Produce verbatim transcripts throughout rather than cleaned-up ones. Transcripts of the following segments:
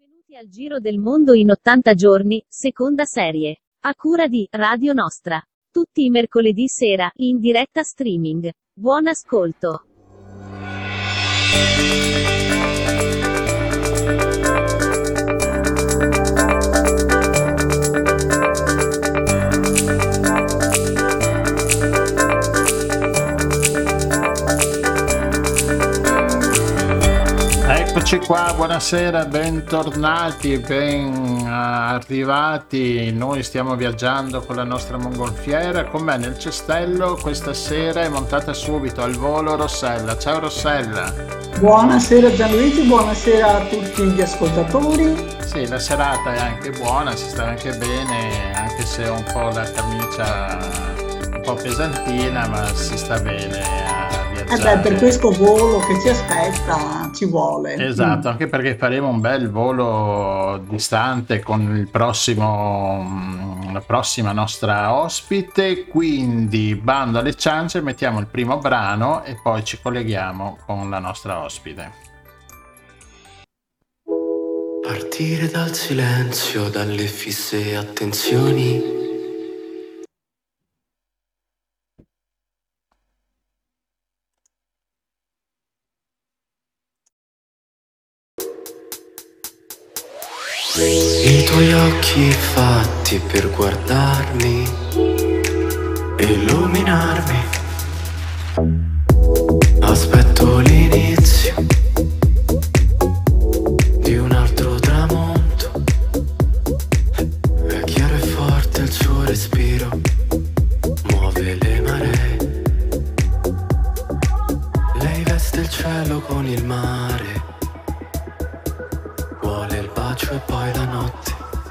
Benvenuti al Giro del Mondo in ottanta giorni, seconda serie. A cura di Radio Nostra. Tutti i mercoledì sera, in diretta streaming. Buon ascolto. Eccoci qua, buonasera, bentornati, ben arrivati. Noi stiamo viaggiando con la nostra mongolfiera. Con me nel cestello questa sera è montata subito al volo Rossella. Ciao Rossella. Buonasera Gianluigi, buonasera a tutti gli ascoltatori. Sì, la serata è anche buona, si sta anche bene, anche se ho un po' la camicia un po' pesantina, ma si sta bene a Eh viaggiare. beh, per questo volo che ci aspetta ci vuole. Esatto, Mm. anche perché faremo un bel volo distante con il prossimo, mm, la prossima nostra ospite, quindi bando alle ciance, mettiamo il primo brano e poi ci colleghiamo con la nostra ospite. Partire dal silenzio, dalle fisse attenzioni. I tuoi occhi fatti per guardarmi, illuminarmi. Aspetto l'inizio di un altro tramonto. È chiaro e forte il suo respiro, muove le maree. Lei veste il cielo con il mare, vuole il bacio e poi la notte.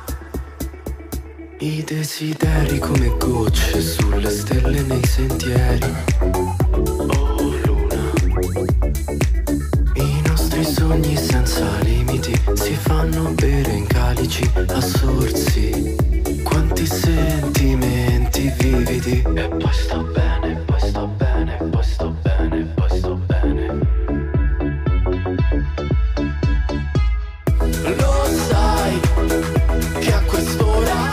I desideri come gocce sulle stelle nei sentieri. Oh luna, i nostri sogni senza limiti si fanno bere in calici a sorsi. Quanti sentimenti vividi. E poi sto bene, poi sto bene, poi sto bene, poi sto bene. Lo sai che a quest'ora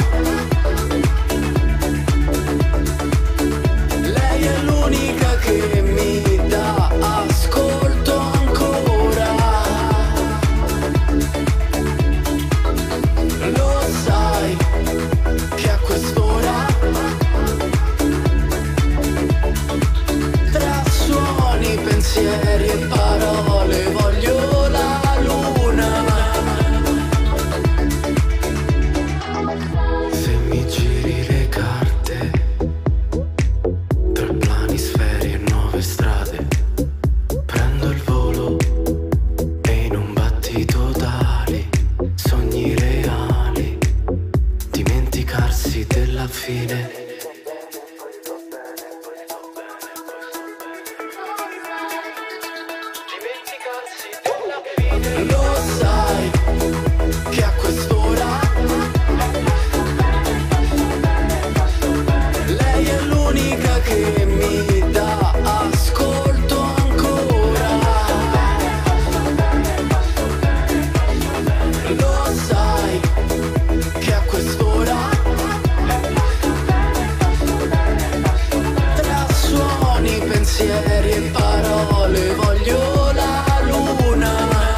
lei è l'unica che mi dà ascolto ancora. Lo sai che a quest'ora tra suoni, pensieri e parole voglio la luna. Se mi giri le carte tra planisferi e nuove strade, prendo il volo e in un battito d'ali, sogni reali, dimenticarsi della fine. Dimenticarsi della fine. Lo sai che a quest'ora lei è l'unica che mi dà ascolto ancora. Lo sai che a quest'ora tra suoni, pensieri e parole voglio la luna.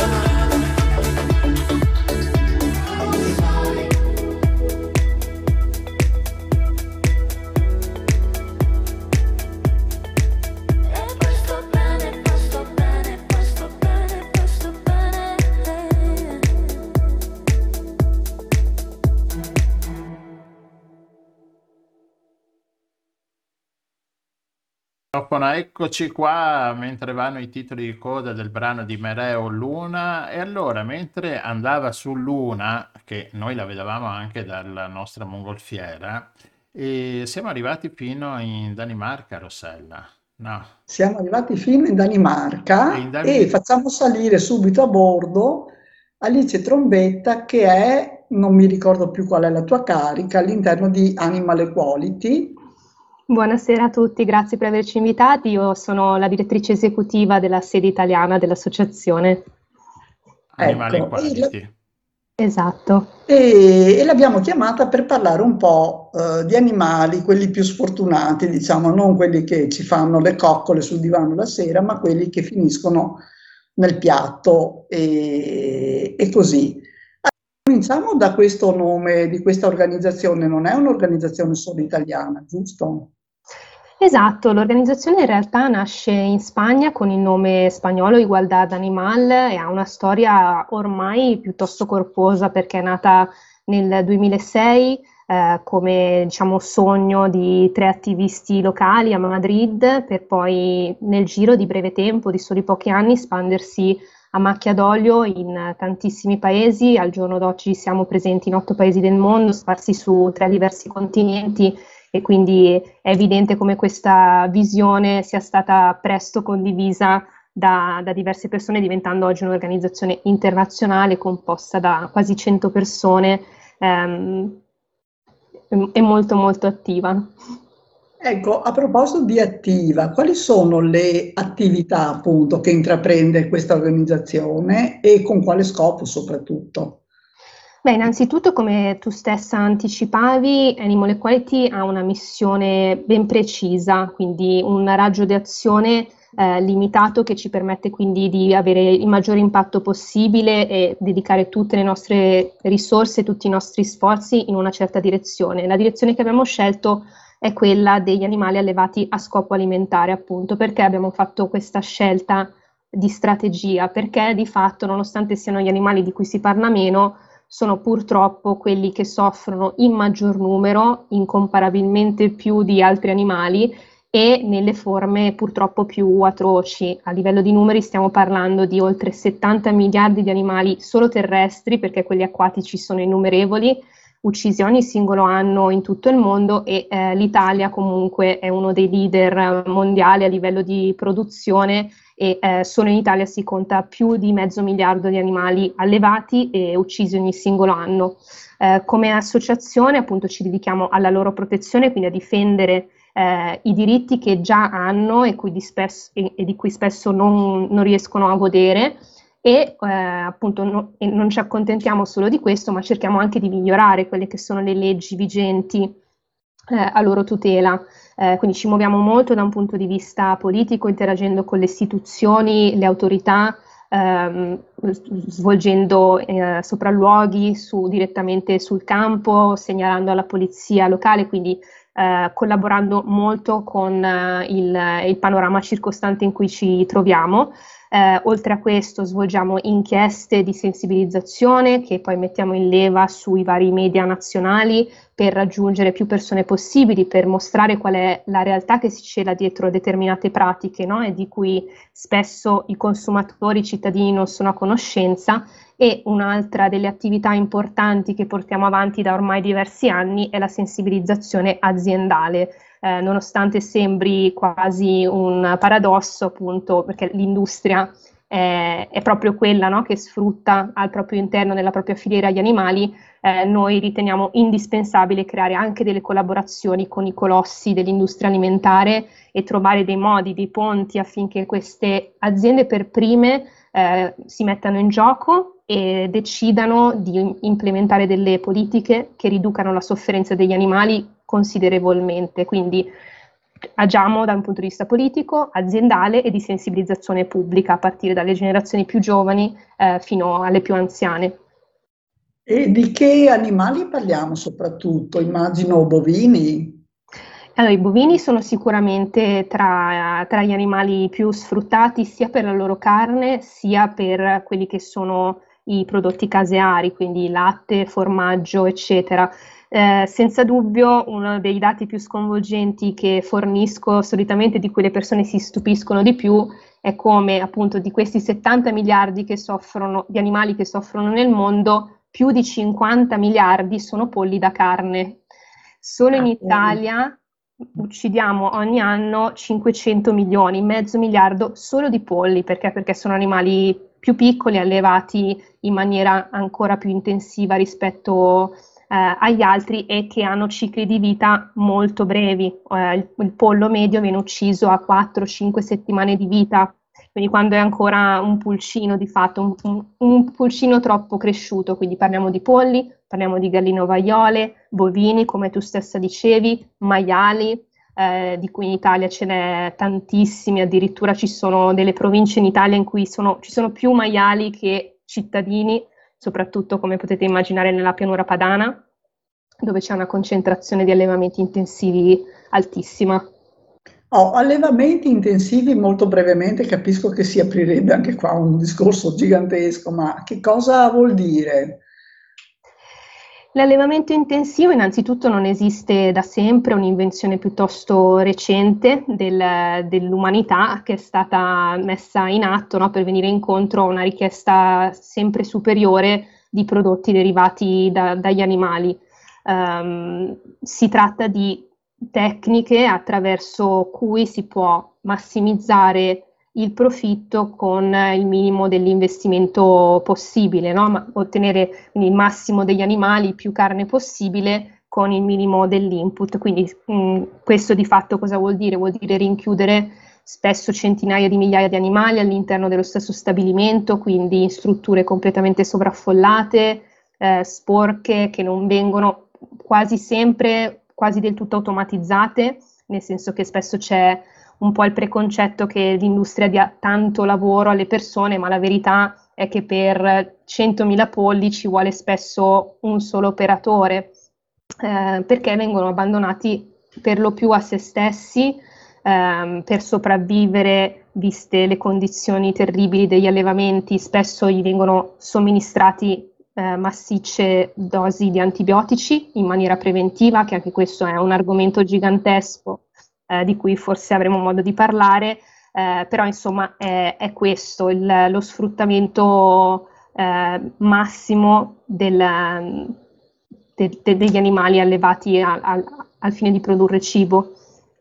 E poi sto bene, poi sto bene, poi sto bene, poi sto bene. Microfono, eccoci qua mentre vanno i titoli di coda del brano di Mereo Luna. E allora, mentre andava su Luna, che noi la vedevamo anche dalla nostra mongolfiera, e siamo arrivati fino in Danimarca, Rossella. No, Siamo arrivati fino in e Danimarca in e Dani- facciamo salire subito a bordo Alice Trombetta, che è, non mi ricordo più qual è la tua carica, all'interno di Animal Equality. Buonasera a tutti, grazie per averci invitati. Io sono la direttrice esecutiva della sede italiana dell'associazione. Animal Ecco, e la- Equality. Esatto. E, e l'abbiamo chiamata per parlare un po' eh, di animali, quelli più sfortunati, diciamo, non quelli che ci fanno le coccole sul divano la sera, ma quelli che finiscono nel piatto e, e così. Cominciamo da questo nome di questa organizzazione, non è un'organizzazione solo italiana, giusto? Esatto, l'organizzazione in realtà nasce in Spagna con il nome spagnolo Igualdad Animal e ha una storia ormai piuttosto corposa perché è nata nel duemilasei eh, come diciamo, sogno di tre attivisti locali a Madrid per poi nel giro di breve tempo, di soli pochi anni, espandersi a macchia d'olio in tantissimi paesi. Al giorno d'oggi siamo presenti in otto paesi del mondo, sparsi su tre diversi continenti e quindi è evidente come questa visione sia stata presto condivisa da, da diverse persone, diventando oggi un'organizzazione internazionale composta da quasi cento persone ehm, e molto molto attiva. Ecco, a proposito di attiva, quali sono le attività appunto che intraprende questa organizzazione e con quale scopo soprattutto? Beh, innanzitutto, come tu stessa anticipavi, Animal Equality ha una missione ben precisa, quindi un raggio di azione eh, limitato che ci permette quindi di avere il maggiore impatto possibile e dedicare tutte le nostre risorse, tutti i nostri sforzi in una certa direzione. La direzione che abbiamo scelto è quella degli animali allevati a scopo alimentare, appunto, perché abbiamo fatto questa scelta di strategia, perché di fatto, nonostante siano gli animali di cui si parla meno, sono purtroppo quelli che soffrono in maggior numero, incomparabilmente più di altri animali e nelle forme purtroppo più atroci. A livello di numeri stiamo parlando di oltre settanta miliardi di animali solo terrestri, perché quelli acquatici sono innumerevoli, uccisi ogni singolo anno in tutto il mondo e eh, l'Italia comunque è uno dei leader mondiali a livello di produzione e eh, solo in Italia si conta più di mezzo miliardo di animali allevati e uccisi ogni singolo anno. Eh, come associazione appunto ci dedichiamo alla loro protezione, quindi a difendere eh, i diritti che già hanno e, cui di, spesso, e, e di cui spesso non, non riescono a godere e eh, appunto no, e non ci accontentiamo solo di questo, ma cerchiamo anche di migliorare quelle che sono le leggi vigenti eh, a loro tutela. Eh, quindi ci muoviamo molto da un punto di vista politico, interagendo con le istituzioni, le autorità, ehm, svolgendo eh, sopralluoghi su, direttamente sul campo, segnalando alla polizia locale, quindi eh, collaborando molto con eh, il, il panorama circostante in cui ci troviamo. Eh, oltre a questo svolgiamo inchieste di sensibilizzazione che poi mettiamo in leva sui vari media nazionali per raggiungere più persone possibili, per mostrare qual è la realtà che si cela dietro determinate pratiche, no? E di cui spesso i consumatori, i cittadini non sono a conoscenza. E un'altra delle attività importanti che portiamo avanti da ormai diversi anni è la sensibilizzazione aziendale. Eh, nonostante sembri quasi un paradosso, appunto, perché l'industria eh, è proprio quella, no, che sfrutta al proprio interno, nella propria filiera, gli animali, eh, noi riteniamo indispensabile creare anche delle collaborazioni con i colossi dell'industria alimentare e trovare dei modi, dei ponti affinché queste aziende per prime eh, si mettano in gioco e decidano di implementare delle politiche che riducano la sofferenza degli animali considerevolmente. Quindi agiamo da un punto di vista politico, aziendale e di sensibilizzazione pubblica a partire dalle generazioni più giovani eh, fino alle più anziane. E di che animali parliamo soprattutto? Immagino bovini. Allora, i bovini sono sicuramente tra, tra gli animali più sfruttati sia per la loro carne sia per quelli che sono i prodotti caseari, quindi latte, formaggio, eccetera. Eh, senza dubbio uno dei dati più sconvolgenti che fornisco solitamente, di cui le persone si stupiscono di più, è come appunto di questi settanta miliardi che soffrono, di animali che soffrono nel mondo, più di cinquanta miliardi sono polli da carne. Solo in Italia uccidiamo ogni anno cinquecento milioni, mezzo miliardo solo di polli, perché? Perché sono animali più piccoli, allevati in maniera ancora più intensiva rispetto eh, agli altri e che hanno cicli di vita molto brevi. Eh, il, il pollo medio viene ucciso a quattro cinque settimane di vita quindi quando è ancora un pulcino di fatto, un, un, un pulcino troppo cresciuto, quindi parliamo di polli, parliamo di galline ovaiole, bovini, come tu stessa dicevi, maiali, eh, di cui in Italia ce n'è tantissimi, addirittura ci sono delle province in Italia in cui sono, ci sono più maiali che cittadini, soprattutto come potete immaginare nella pianura padana, dove c'è una concentrazione di allevamenti intensivi altissima. Oh, allevamenti intensivi, molto brevemente, capisco che si aprirebbe anche qua un discorso gigantesco, ma che cosa vuol dire? L'allevamento intensivo innanzitutto non esiste da sempre, è un'invenzione piuttosto recente del, dell'umanità che è stata messa in atto, no, per venire incontro a una richiesta sempre superiore di prodotti derivati da, dagli animali. Um, si tratta di tecniche attraverso cui si può massimizzare il profitto con il minimo dell'investimento possibile, no? Ma ottenere il massimo degli animali, più carne possibile con il minimo dell'input. Quindi mh, questo di fatto cosa vuol dire? Vuol dire rinchiudere spesso centinaia di migliaia di animali all'interno dello stesso stabilimento, quindi in strutture completamente sovraffollate, eh, sporche, che non vengono quasi sempre, quasi del tutto automatizzate, nel senso che spesso c'è un po' il preconcetto che l'industria dia tanto lavoro alle persone, ma la verità è che per centomila polli ci vuole spesso un solo operatore, eh, perché vengono abbandonati per lo più a se stessi, eh, per sopravvivere, viste le condizioni terribili degli allevamenti, spesso gli vengono somministrati eh, massicce dosi di antibiotici in maniera preventiva, che anche questo è un argomento gigantesco, Eh, di cui forse avremo modo di parlare, eh, però insomma è, è questo il, lo sfruttamento eh, massimo del, de, de, degli animali allevati a, a, al fine di produrre cibo.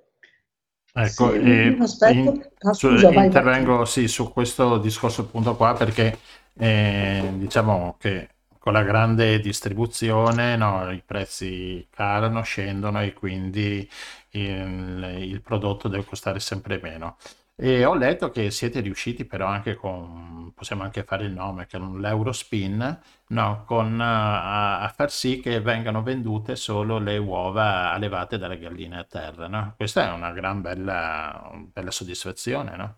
Ecco, Sì, e un aspetto. in- Ah, su- scusa, vai, vai. intervengo sì, su questo discorso appunto qua perché eh, diciamo che con la grande distribuzione, no, i prezzi calano, scendono e quindi il, il prodotto deve costare sempre meno. E ho letto che siete riusciti però anche con, possiamo anche fare il nome, che è l'Eurospin, no, con, eh, a, a far sì che vengano vendute solo le uova allevate dalle galline a terra, no? Questa è una gran bella, bella soddisfazione, no?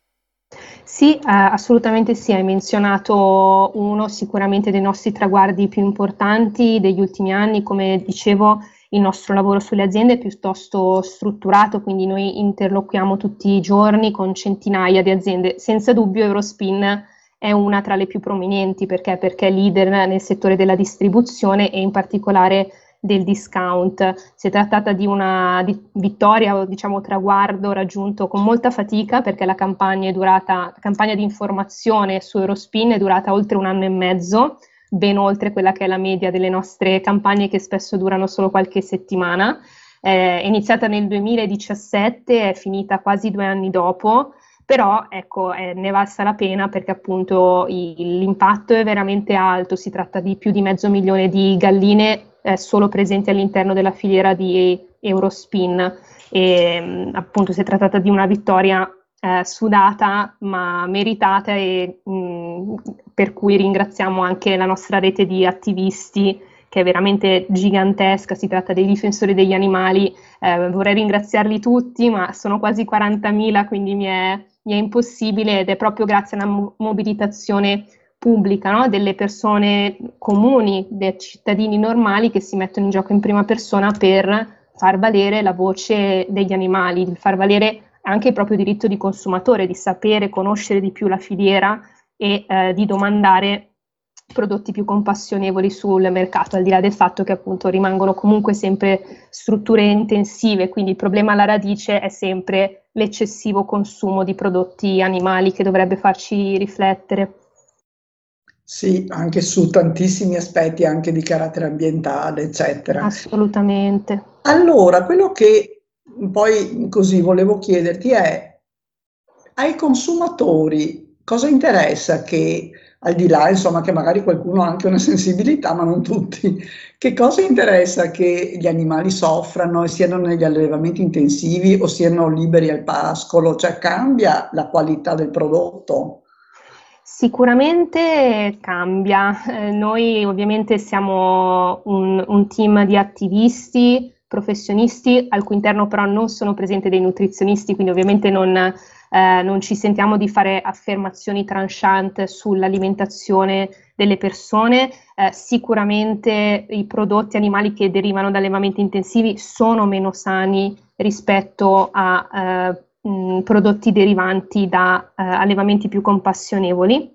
Sì, eh, assolutamente sì, hai menzionato uno sicuramente dei nostri traguardi più importanti degli ultimi anni. Come dicevo, il nostro lavoro sulle aziende è piuttosto strutturato, quindi noi interloquiamo tutti i giorni con centinaia di aziende. Senza dubbio Eurospin è una tra le più prominenti, perché, perché è leader nel settore della distribuzione e in particolare del discount. Si è trattata di una di vittoria o diciamo traguardo raggiunto con molta fatica, perché la campagna è durata, la campagna di informazione su Eurospin è durata oltre un anno e mezzo, ben oltre quella che è la media delle nostre campagne, che spesso durano solo qualche settimana. Eh, è iniziata nel duemiladiciassette, è finita quasi due anni dopo, però ecco, eh, ne valsa la pena perché appunto il, l'impatto è veramente alto. Si tratta di più di mezzo milione di galline eh, solo presenti all'interno della filiera di Eurospin, e mh, appunto si è trattata di una vittoria eh, sudata ma meritata, e mh, per cui ringraziamo anche la nostra rete di attivisti, che è veramente gigantesca. Si tratta dei difensori degli animali, eh, vorrei ringraziarli tutti, ma sono quasi quarantamila, quindi mi è, mi è impossibile, ed è proprio grazie a una mo- mobilitazione pubblica, no? Delle persone comuni, dei cittadini normali che si mettono in gioco in prima persona per far valere la voce degli animali, di far valere anche il proprio diritto di consumatore, di sapere, conoscere di più la filiera e eh, di domandare prodotti più compassionevoli sul mercato, al di là del fatto che appunto rimangono comunque sempre strutture intensive, quindi il problema alla radice è sempre l'eccessivo consumo di prodotti animali, che dovrebbe farci riflettere. Sì, anche su tantissimi aspetti anche di carattere ambientale, eccetera. Assolutamente. Allora, quello che poi così volevo chiederti è, ai consumatori cosa interessa che, al di là, insomma, che magari qualcuno ha anche una sensibilità, ma non tutti, che cosa interessa che gli animali soffrano e siano negli allevamenti intensivi o siano liberi al pascolo? Cioè cambia la qualità del prodotto? Sicuramente cambia. Eh, noi ovviamente siamo un, un team di attivisti, professionisti, al cui interno però non sono presenti dei nutrizionisti, quindi ovviamente non, eh, non ci sentiamo di fare affermazioni tranchant sull'alimentazione delle persone. Eh, sicuramente i prodotti animali che derivano da allevamenti intensivi sono meno sani rispetto a eh, mh, prodotti derivanti da eh, allevamenti più compassionevoli.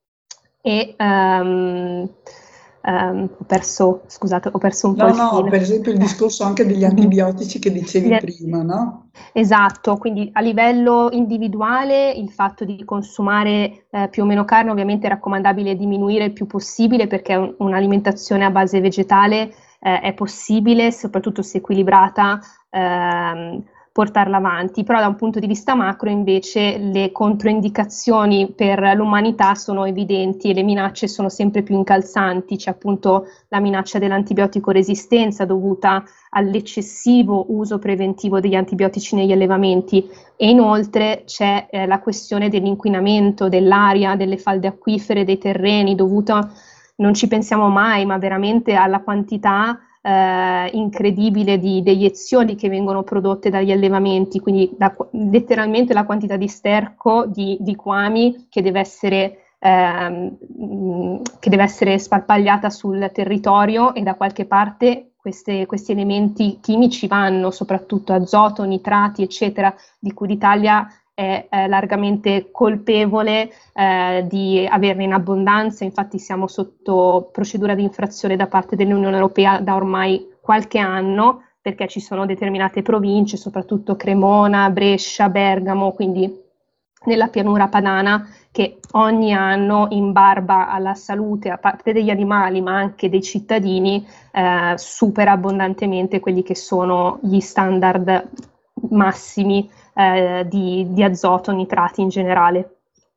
E um, um, ho perso, scusate, ho perso un po' No, il no, filo. per esempio il discorso anche degli antibiotici che dicevi Gli- prima, no? Esatto, quindi a livello individuale il fatto di consumare eh, più o meno carne ovviamente è raccomandabile diminuire il più possibile perché un- un'alimentazione a base vegetale eh, è possibile, soprattutto se equilibrata, ehm, portarla avanti, però da un punto di vista macro invece le controindicazioni per l'umanità sono evidenti e le minacce sono sempre più incalzanti, c'è appunto la minaccia dell'antibiotico resistenza dovuta all'eccessivo uso preventivo degli antibiotici negli allevamenti e inoltre c'è eh, la questione dell'inquinamento dell'aria, delle falde acquifere, dei terreni dovuta, non ci pensiamo mai, ma veramente alla quantità eh, incredibile di deiezioni che vengono prodotte dagli allevamenti, quindi la, letteralmente la quantità di sterco, di, di liquami che deve essere Ehm, che deve essere sparpagliata sul territorio e da qualche parte queste, questi elementi chimici vanno, soprattutto azoto, nitrati, eccetera, di cui l'Italia è eh, largamente colpevole eh, di averne in abbondanza. Infatti siamo sotto procedura di infrazione da parte dell'Unione Europea da ormai qualche anno perché ci sono determinate province, soprattutto Cremona, Brescia, Bergamo, quindi nella pianura padana, che ogni anno in barba alla salute, a parte degli animali ma anche dei cittadini, eh, supera abbondantemente quelli che sono gli standard massimi eh, di, di azoto, nitrati in generale.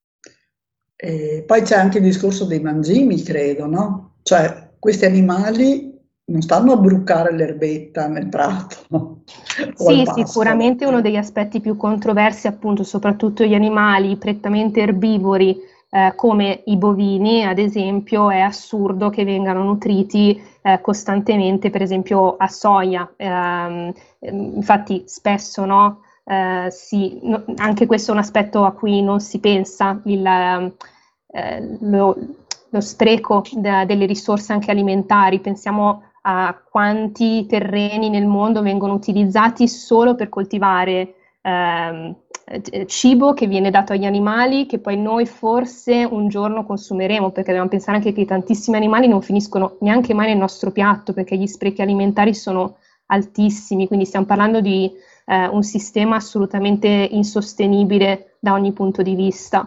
E poi c'è anche il discorso dei mangimi, credo, no? Cioè questi animali non stanno a brucare l'erbetta nel prato o al Sì, pascolo. sicuramente uno degli aspetti più controversi, appunto, soprattutto gli animali prettamente erbivori, eh, come i bovini, ad esempio, è assurdo che vengano nutriti eh, costantemente, per esempio, a soia. Ehm, infatti, spesso, no, eh, si- no, anche questo è un aspetto a cui non si pensa, il, eh, lo, lo spreco da- delle risorse anche alimentari. Pensiamo a quanti terreni nel mondo vengono utilizzati solo per coltivare ehm, cibo che viene dato agli animali, che poi noi forse un giorno consumeremo, perché dobbiamo pensare anche che tantissimi animali non finiscono neanche mai nel nostro piatto, perché gli sprechi alimentari sono altissimi, quindi stiamo parlando di eh, un sistema assolutamente insostenibile da ogni punto di vista.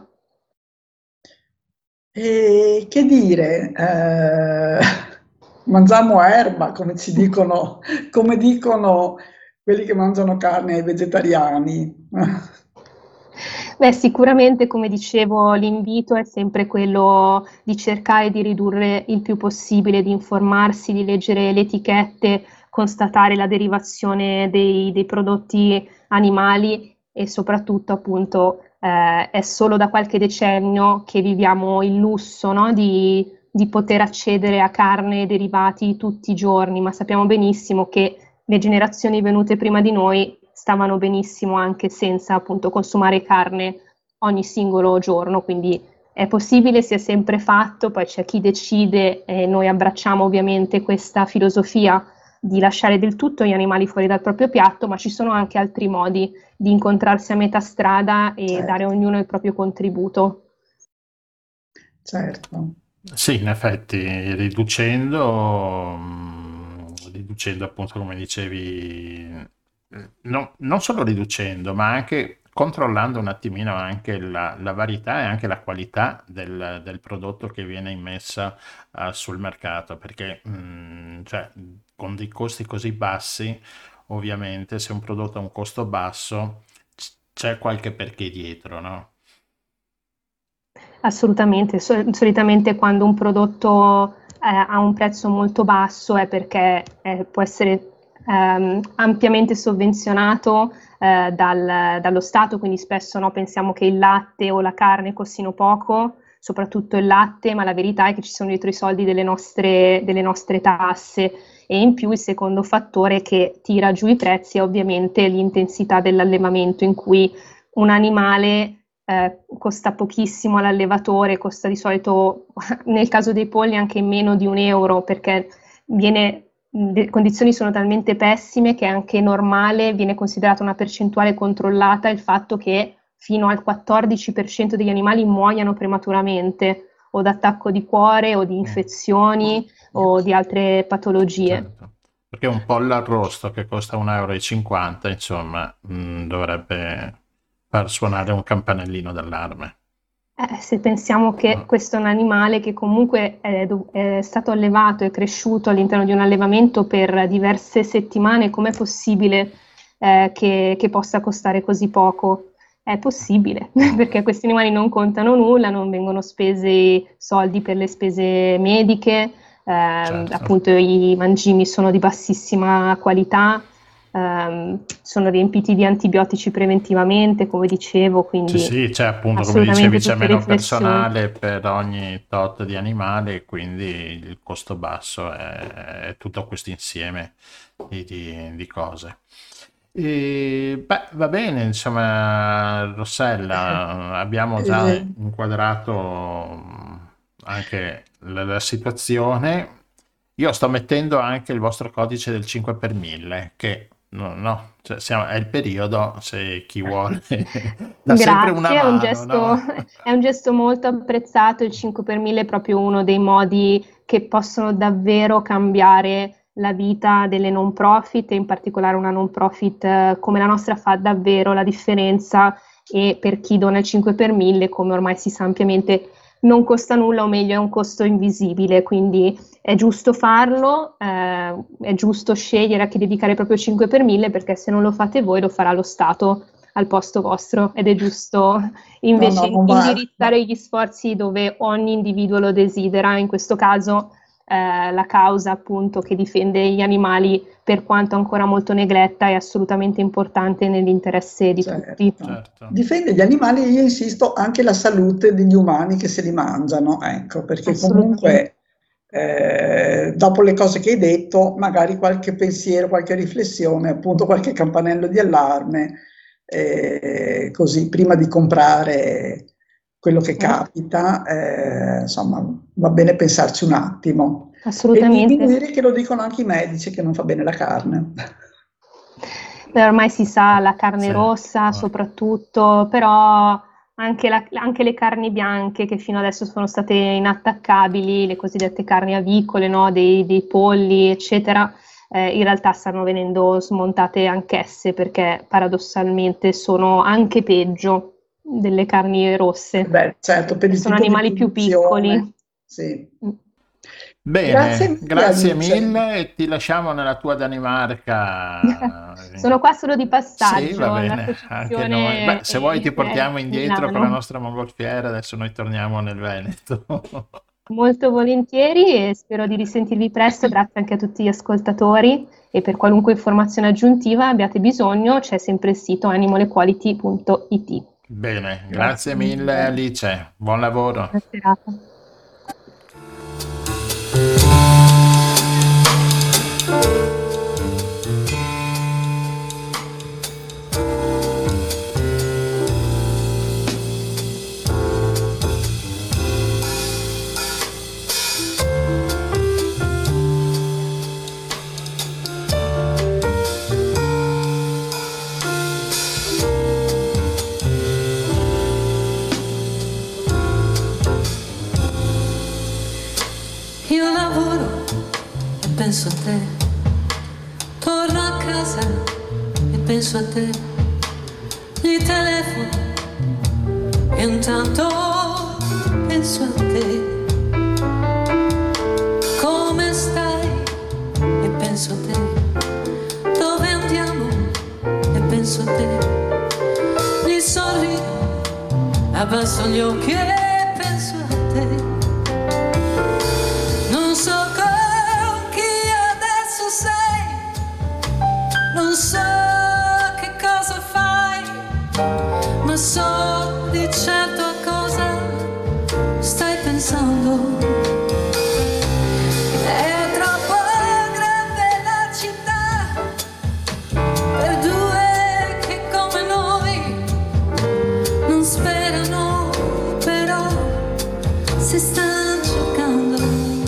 E che dire, eh, mangiamo erba, come ci dicono, come dicono quelli che mangiano carne ai vegetariani. Beh, sicuramente, come dicevo, l'invito è sempre quello di cercare di ridurre il più possibile, di informarsi, di leggere le etichette, constatare la derivazione dei, dei prodotti animali e soprattutto, appunto, eh, è solo da qualche decennio che viviamo il lusso, no, di, di poter accedere a carne e derivati tutti i giorni, ma sappiamo benissimo che le generazioni venute prima di noi stavano benissimo anche senza appunto consumare carne ogni singolo giorno, quindi è possibile, si è sempre fatto, poi c'è chi decide e noi abbracciamo ovviamente questa filosofia di lasciare del tutto gli animali fuori dal proprio piatto, ma ci sono anche altri modi di incontrarsi a metà strada e Certo, dare ognuno il proprio contributo. certo. Sì, in effetti, riducendo, mm, riducendo appunto come dicevi, eh, no- non solo riducendo, ma anche controllando un attimino anche la, la varietà e anche la qualità del, del prodotto che viene immessa eh, sul mercato, perché mm, cioè, con dei costi così bassi, ovviamente, se un prodotto ha un costo basso, c- c'è qualche perché dietro, no? Assolutamente, Sol- solitamente quando un prodotto eh, ha un prezzo molto basso è perché eh, può essere ehm, ampiamente sovvenzionato eh, dal- dallo Stato, quindi spesso no, pensiamo che il latte o la carne costino poco, soprattutto il latte, ma la verità è che ci sono dietro i soldi delle nostre, delle nostre tasse. E in più il secondo fattore che tira giù i prezzi è ovviamente l'intensità dell'allevamento, in cui un animale eh, costa pochissimo all'allevatore, costa di solito nel caso dei polli anche meno di un euro, perché viene, le condizioni sono talmente pessime che è anche normale, viene considerata una percentuale controllata il fatto che fino al quattordici per cento degli animali muoiano prematuramente o d'attacco di cuore o di infezioni o di altre patologie. Certo. Perché un pollo arrosto che costa un euro e cinquanta, insomma, mh, dovrebbe far suonare un campanellino d'allarme. Eh, se pensiamo che Ah. questo è un animale che comunque è, do- è stato allevato e cresciuto all'interno di un allevamento per diverse settimane, com'è possibile eh, che, che possa costare così poco? È possibile, perché questi animali non contano nulla, non vengono spesi soldi per le spese mediche, ehm, Certo. appunto i mangimi sono di bassissima qualità, ehm, sono riempiti di antibiotici preventivamente, come dicevo, Sì, quindi sì, c'è appunto, come assolutamente dicevi, c'è tutte meno riflessioni. personale per ogni tot di animale, quindi il costo basso è, è tutto questo insieme di, di- di cose. E, beh, va bene, insomma, Rossella, abbiamo già Eh, inquadrato mh, anche la, la situazione. Io sto mettendo anche il vostro codice del cinque per mille, che no, no, cioè siamo- è il periodo, se chi vuole dà sempre una Grazie, è un mano, gesto, no? è un gesto molto apprezzato. Il cinque per mille è proprio uno dei modi che possono davvero cambiare la vita delle non profit, e in particolare una non profit eh, come la nostra fa davvero la differenza. E per chi dona il cinque per mille, come ormai si sa ampiamente, non costa nulla, o meglio è un costo invisibile, quindi è giusto farlo, eh, è giusto scegliere a chi dedicare proprio cinque per mille, perché se non lo fate voi lo farà lo Stato al posto vostro, ed è giusto no, invece no, non va, indirizzare gli sforzi dove ogni individuo lo desidera. In questo caso eh, la causa appunto che difende gli animali, per quanto ancora molto negletta, è assolutamente importante nell'interesse di tutti. certo. Certo. Difende gli animali, io insisto, anche la salute degli umani che se li mangiano, ecco, perché Assolutamente. comunque eh, dopo le cose che hai detto, magari qualche pensiero, qualche riflessione, appunto qualche campanello di allarme, eh, così prima di comprare quello che capita, eh, insomma, va bene pensarci un attimo. E Assolutamente. diminuire, che lo dicono anche i medici, che non fa bene la carne. Beh, ormai si sa, la carne Sì. rossa Ah. soprattutto, però anche, la- anche le carni bianche che fino adesso sono state inattaccabili, le cosiddette carni avicole, no? Dei, dei polli, eccetera, eh, in realtà stanno venendo smontate anch'esse, perché paradossalmente sono anche peggio delle carni rosse, Beh, certo, per che il sono tipo di animali più produzione. piccoli. Sì. Mm. Bene, Grazie mille, grazie Alice. mille e ti lasciamo nella tua Danimarca. Sono qua solo di Sì, passaggio, va bene, anche noi. Beh, l'associazione se vuoi ti è, è portiamo a indietro con la Milano. nostra mongolfiera, adesso noi torniamo nel Veneto. Molto volentieri, e spero di risentirvi presto. Grazie anche a tutti gli ascoltatori, e per qualunque informazione aggiuntiva abbiate bisogno c'è sempre il sito animalequality punto it. Bene, grazie Grazie mille mille. Alice, buon lavoro. Buona serata. Io lavoro e penso a te, torno a casa e penso a te, mi telefono e intanto penso a te. Come stai? E penso a te. Dove andiamo? E penso a te. Mi sorrido, abbasso gli occhi e penso pensando. È troppo grande la città per due che come noi non sperano, però si stanno cercando.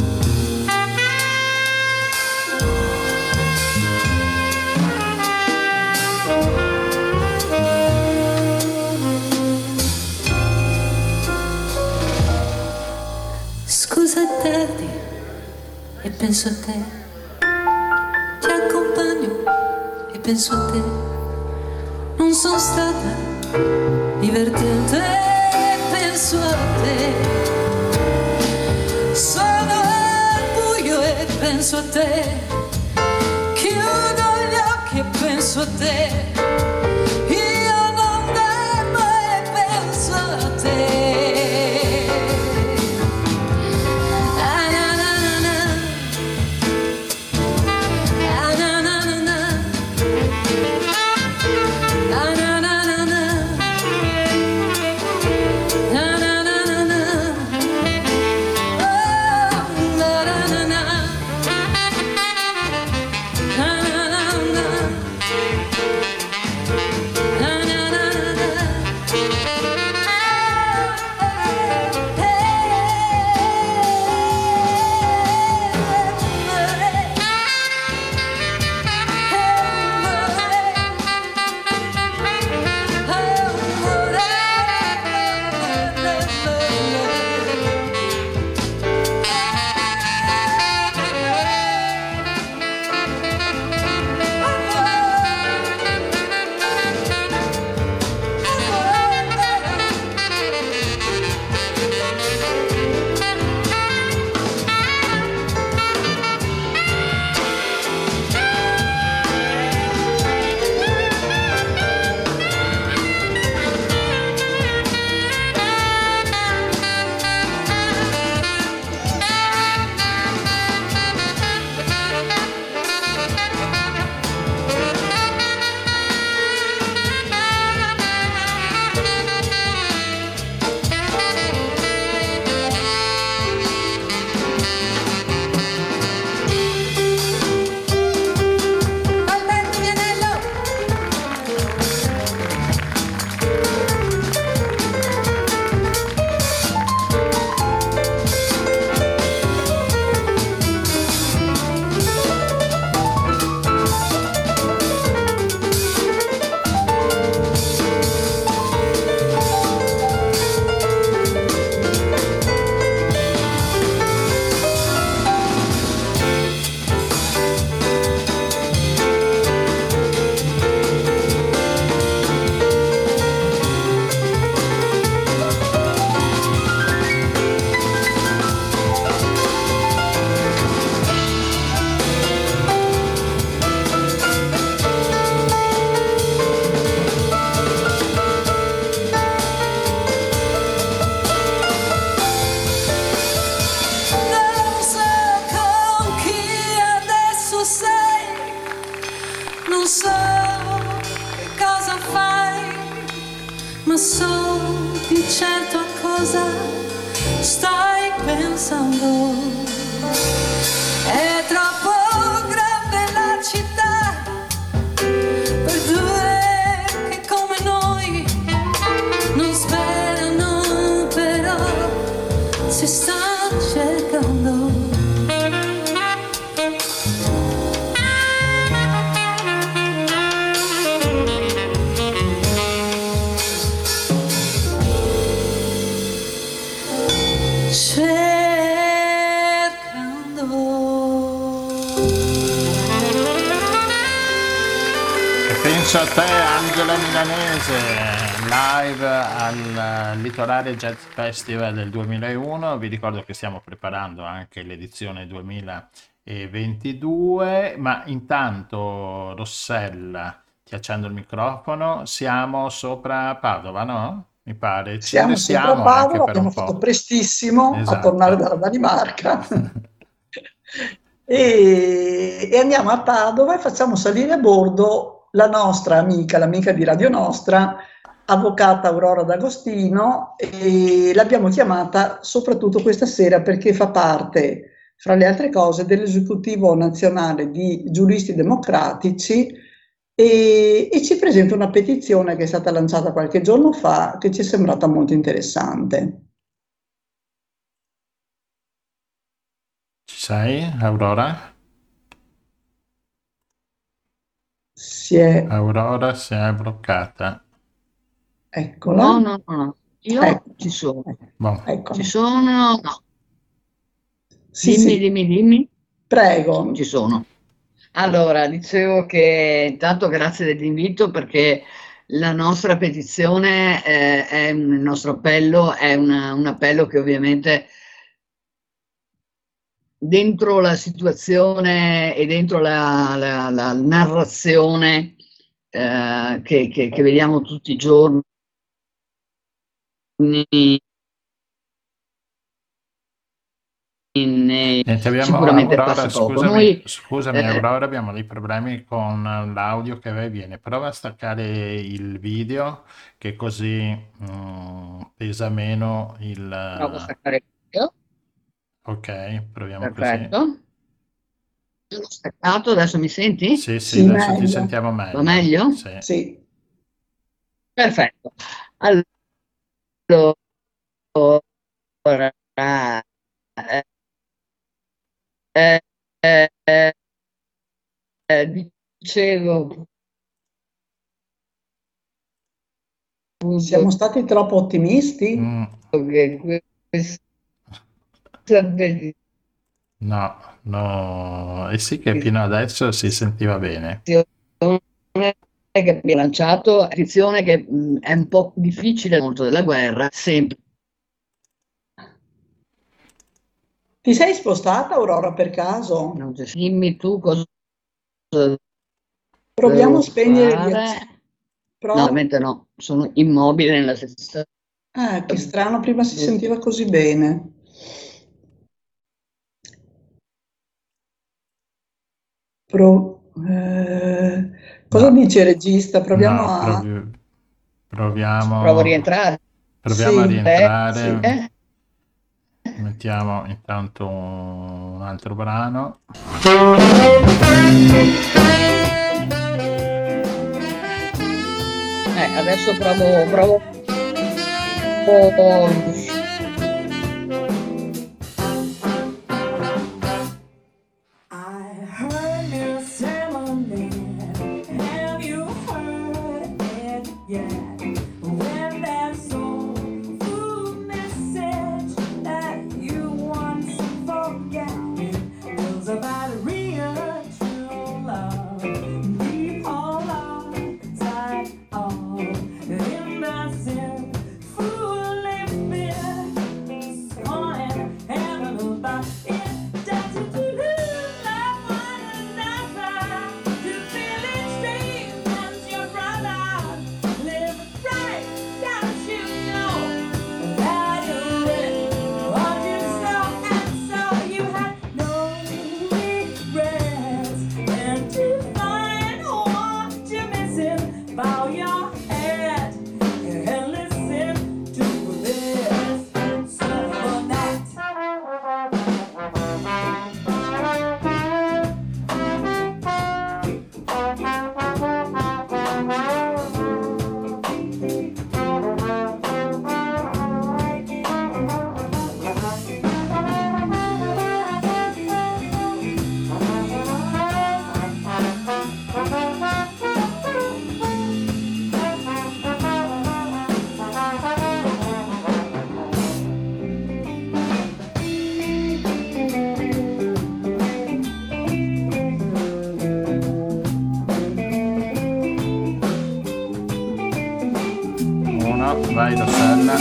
Scusa tardi e penso a te, ti accompagno e penso a te, non sono stata divertente e penso a te, sono al buio e penso a te, chiudo gli occhi e penso a te. Io non dormo e penso a te. Ah, na, na, na, na. Ah, na, na, na, na. Ah, na, na, na, na. Ah, na, na, na, na. Oh, na, na, na, na. Ah, na, na, na. Na, na, na, na. Non so con chi adesso sei, non so che cosa fai, ma so di certo a cosa stai pensando. È troppo grande la città per due che come noi non sperano, però si stanno cercando. Penso a te, Angela Milanese, live al Litorale Jazz Festival del duemilauno. Vi ricordo che stiamo preparando anche l'edizione duemilaventidue, ma intanto Rossella, ti accendo il microfono, siamo sopra Padova, no? Mi pare. Ci Siamo sopra restiamo anche Padova, per un abbiamo fatto po'. prestissimo a Esatto. tornare dalla Danimarca e, e andiamo a Padova e facciamo salire a bordo la nostra amica, l'amica di Radio Nostra, avvocata Aurora D'Agostino, e l'abbiamo chiamata soprattutto questa sera perché fa parte, fra le altre cose, dell'esecutivo nazionale di giuristi democratici e, e ci presenta una petizione che è stata lanciata qualche giorno fa che ci è sembrata molto interessante. Ci sei, Aurora? Si è, Aurora si è bloccata. eccola. No, no, no, no. Io Ecco. ci sono. Boh. Ecco. Ci sono? No. Sì, Dimmi, sì, dimmi, dimmi. prego. Ci sono. Allora, dicevo che intanto grazie dell'invito perché la nostra petizione eh, è il nostro appello, è una- un appello che ovviamente dentro la situazione e dentro la, la- la narrazione eh, che, che- che vediamo tutti i giorni in- Niente, abbiamo, sicuramente Aurora, passa poco. scusami, Noi scusami eh, Aurora, abbiamo dei problemi con l'audio che va e viene. Prova a staccare il video che così mm, pesa meno provo a il... staccare il video. Ok, proviamo così. Perfetto. Sono staccato, adesso mi senti? Sì, sì, Sì, adesso ti meglio. sentiamo Va meglio. meglio? Sì. Sì. Perfetto. Allora, eh, eh, eh, eh, dicevo Siamo stati troppo ottimisti? Mm, che questa no, no, e sì che fino adesso si sentiva bene. petizione che abbiamo lanciato, petizione che mh, è un po' difficile, molto della guerra, sempre. Ti sei spostata, Aurora, per caso? Non so, dimmi tu cosa Proviamo devo a spegnere gli fare. accesi. No, ovviamente no, sono immobile nella stessa. Ah, che strano, prima si sentiva così bene. Pro- eh, cosa No. dice il regista? Proviamo No, a... provi- proviamo, Provo a rientrare. proviamo a Sì, rientrare. Eh, sì, eh. Mettiamo intanto un altro brano. Eh, adesso provo, provo. Oh, I heard you say my name. Have you heard it yet? When that soulful message that you once forget was about real true love. Deep all up inside all innocent, foolish fear. Scorning heaven about it. Doesn't you love one another? To feel each day as your brother. Live right, don't you know that you're with what you saw, and so you had no regrets. And to find what you're missing, bow your head and listen to this silver night. Uno, vai Rossella.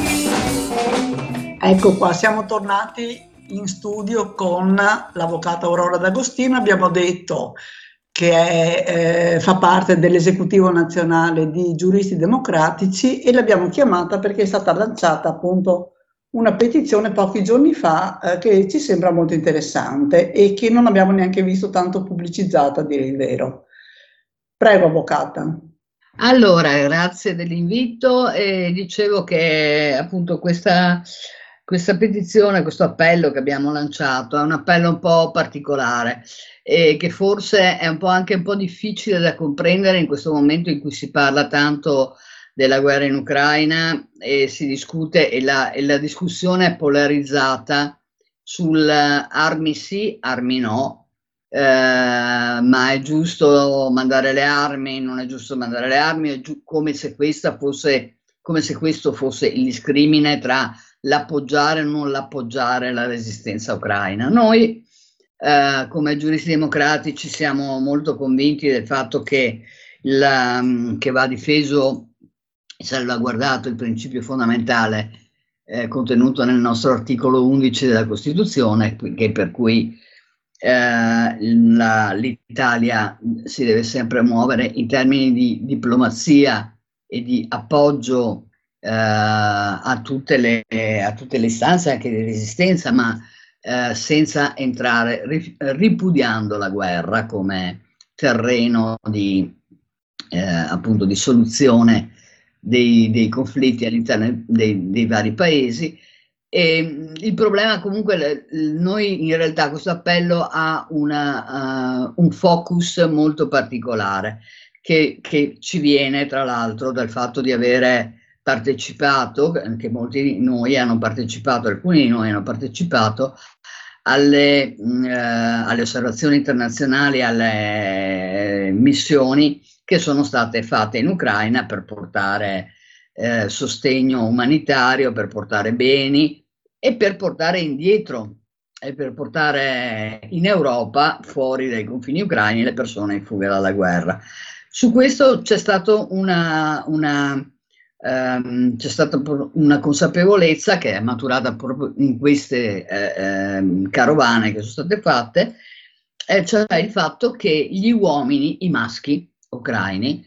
ecco qua, siamo tornati in studio con l'avvocata Aurora D'Agostino. Abbiamo detto che è, eh, fa parte dell'esecutivo nazionale di giuristi democratici e l'abbiamo chiamata perché è stata lanciata appunto una petizione pochi giorni fa eh, che ci sembra molto interessante e che non abbiamo neanche visto tanto pubblicizzata, a dire il vero. Prego, avvocata. Allora, grazie dell'invito e dicevo che appunto questa, questa petizione, questo appello che abbiamo lanciato è un appello un po' particolare e che forse è un po' anche un po' difficile da comprendere in questo momento in cui si parla tanto della guerra in Ucraina e si discute e la, e la discussione è polarizzata sul armi sì, armi no. Eh, ma è giusto mandare le armi, non è giusto mandare le armi, è giu- come se questa fosse, come se questo fosse il discrimine tra l'appoggiare o non l'appoggiare la resistenza ucraina. Noi, eh, come giuristi democratici, siamo molto convinti del fatto che, la, che va difeso e salvaguardato il principio fondamentale eh, contenuto nel nostro articolo undici della Costituzione, che per cui eh, la, l'Italia si deve sempre muovere in termini di diplomazia e di appoggio eh, a, tutte le, a tutte le istanze anche di resistenza, ma eh, senza entrare, ripudiando la guerra come terreno di, eh, appunto, di soluzione dei, dei conflitti all'interno dei, dei vari paesi. E il problema comunque, noi in realtà questo appello ha una, uh, un focus molto particolare che, che ci viene tra l'altro dal fatto di avere partecipato, che molti di noi hanno partecipato, alcuni di noi hanno partecipato alle, uh, alle osservazioni internazionali, alle missioni che sono state fatte in Ucraina per portare eh, sostegno umanitario, per portare beni e per portare indietro e per portare in Europa, fuori dai confini ucraini, le persone in fuga dalla guerra. Su questo c'è stato una, una, ehm, c'è stata una consapevolezza che è maturata proprio in queste eh, eh, carovane che sono state fatte, eh, cioè il fatto che gli uomini, i maschi ucraini,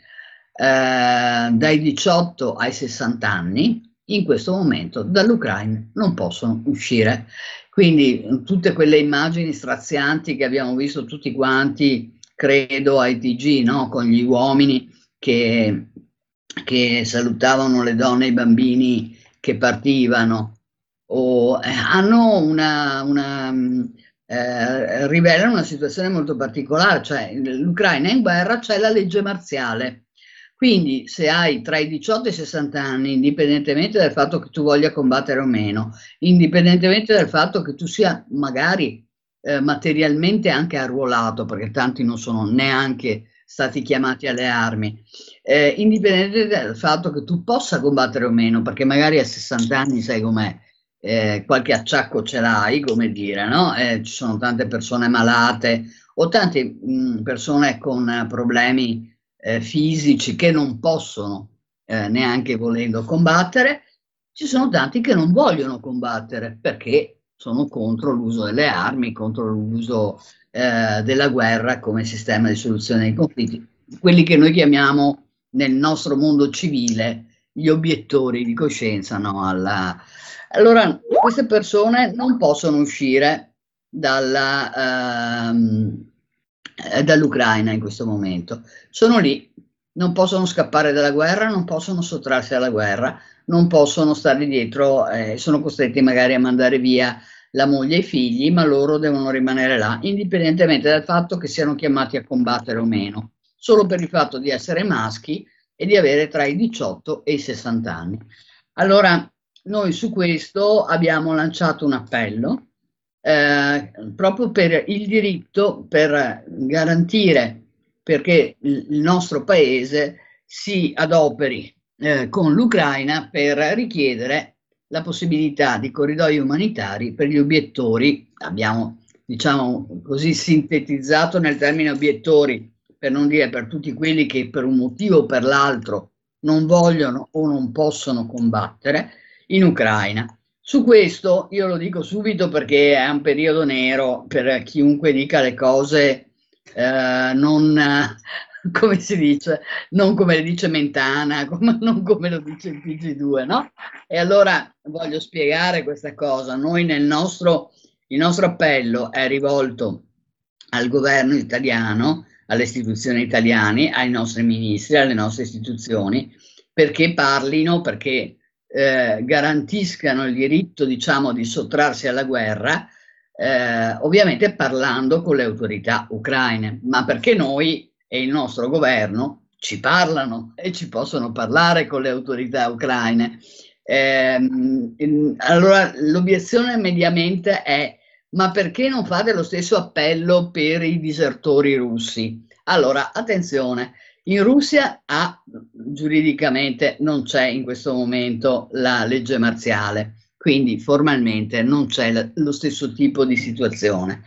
eh, dai diciotto ai sessanta anni, in questo momento dall'Ucraina non possono uscire. Quindi tutte quelle immagini strazianti che abbiamo visto tutti quanti, credo, ai T G, no? Con gli uomini che, che salutavano le donne e i bambini che partivano, o eh, hanno una, una eh, rivelano una situazione molto particolare, cioè l'Ucraina è in guerra, c'è la legge marziale. Quindi se hai tra i diciotto e i sessanta anni, indipendentemente dal fatto che tu voglia combattere o meno, indipendentemente dal fatto che tu sia magari eh, materialmente anche arruolato, perché tanti non sono neanche stati chiamati alle armi, eh, indipendentemente dal fatto che tu possa combattere o meno, perché magari a sessanta anni sai com'è, eh, qualche acciacco ce l'hai, come dire, no? Eh, ci sono tante persone malate o tante mh, persone con eh, problemi Eh, fisici che non possono eh, neanche volendo combattere. Ci sono tanti che non vogliono combattere perché sono contro l'uso delle armi, contro l'uso eh, della guerra come sistema di soluzione dei conflitti, quelli che noi chiamiamo nel nostro mondo civile gli obiettori di coscienza, no? Alla... Allora queste persone non possono uscire dalla ehm, dall'Ucraina in questo momento, sono lì, non possono scappare dalla guerra, non possono sottrarsi alla guerra, non possono stare dietro, eh, sono costretti magari a mandare via la moglie e i figli, ma loro devono rimanere là, indipendentemente dal fatto che siano chiamati a combattere o meno, solo per il fatto di essere maschi e di avere tra i diciotto e i sessanta anni. Allora, noi su questo abbiamo lanciato un appello Eh, proprio per il diritto, per garantire perché il nostro paese si adoperi eh, con l'Ucraina per richiedere la possibilità di corridoi umanitari per gli obiettori. Abbiamo, diciamo così, sintetizzato nel termine obiettori, per non dire per tutti quelli che per un motivo o per l'altro non vogliono o non possono combattere in Ucraina. Su questo io lo dico subito perché è un periodo nero per chiunque dica le cose eh, non, come si dice, non come le dice Mentana, come, non come lo dice il P G due, no? E allora voglio spiegare questa cosa. Noi nel nostro, il nostro appello è rivolto al governo italiano, alle istituzioni italiane, ai nostri ministri, alle nostre istituzioni, perché parlino, perché eh, garantiscano il diritto, diciamo, di sottrarsi alla guerra, eh, ovviamente parlando con le autorità ucraine, ma perché noi e il nostro governo ci parlano e ci possono parlare con le autorità ucraine. Eh, allora l'obiezione mediamente è: ma perché non fate lo stesso appello per i disertori russi? Allora, attenzione, in Russia ah, giuridicamente non c'è in questo momento la legge marziale, quindi formalmente non c'è lo stesso tipo di situazione.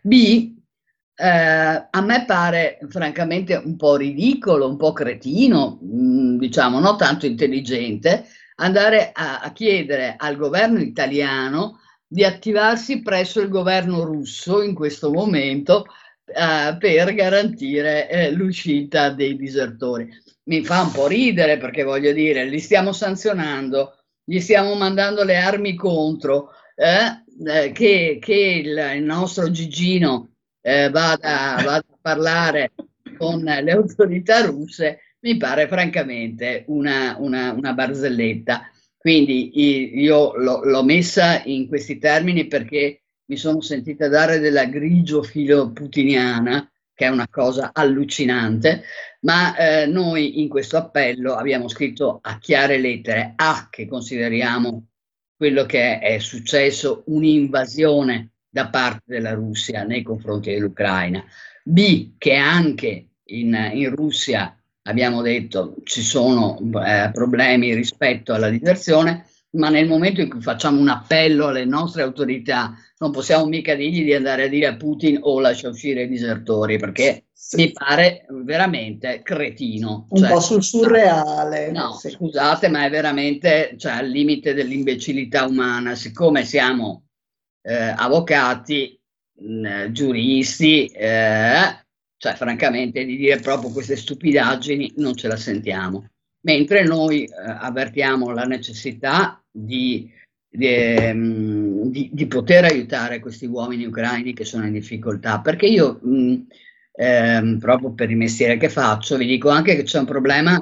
B, eh, a me pare francamente un po' ridicolo, un po' cretino, mh, diciamo, non tanto intelligente, andare a, a chiedere al governo italiano di attivarsi presso il governo russo in questo momento eh, per garantire eh, l'uscita dei disertori. Mi fa un po' ridere, perché voglio dire, li stiamo sanzionando, gli stiamo mandando le armi contro, eh, eh, che, che il, il nostro Gigino eh, vada, vada a parlare con le autorità russe, mi pare francamente una, una, una barzelletta. Quindi io l'ho messa in questi termini perché mi sono sentita dare della grigio filo putiniana, che è una cosa allucinante, ma eh, noi in questo appello abbiamo scritto a chiare lettere: A, che consideriamo quello che è successo un'invasione da parte della Russia nei confronti dell'Ucraina; B, che anche in, in Russia abbiamo detto ci sono eh, problemi rispetto alla diserzione, ma nel momento in cui facciamo un appello alle nostre autorità non possiamo mica dirgli di andare a dire a Putin: o oh, lascia uscire i disertori, perché sì, mi pare veramente cretino. Un cioè, po' sul surreale. No, sì. Scusate, ma è veramente, cioè, al limite dell'imbecillità umana. Siccome siamo eh, avvocati, mh, giuristi, eh, cioè francamente di dire proprio queste stupidaggini non ce la sentiamo, mentre noi eh, avvertiamo la necessità di, di, di, di poter aiutare questi uomini ucraini che sono in difficoltà, perché io mh, eh, proprio per il mestiere che faccio vi dico anche che c'è un problema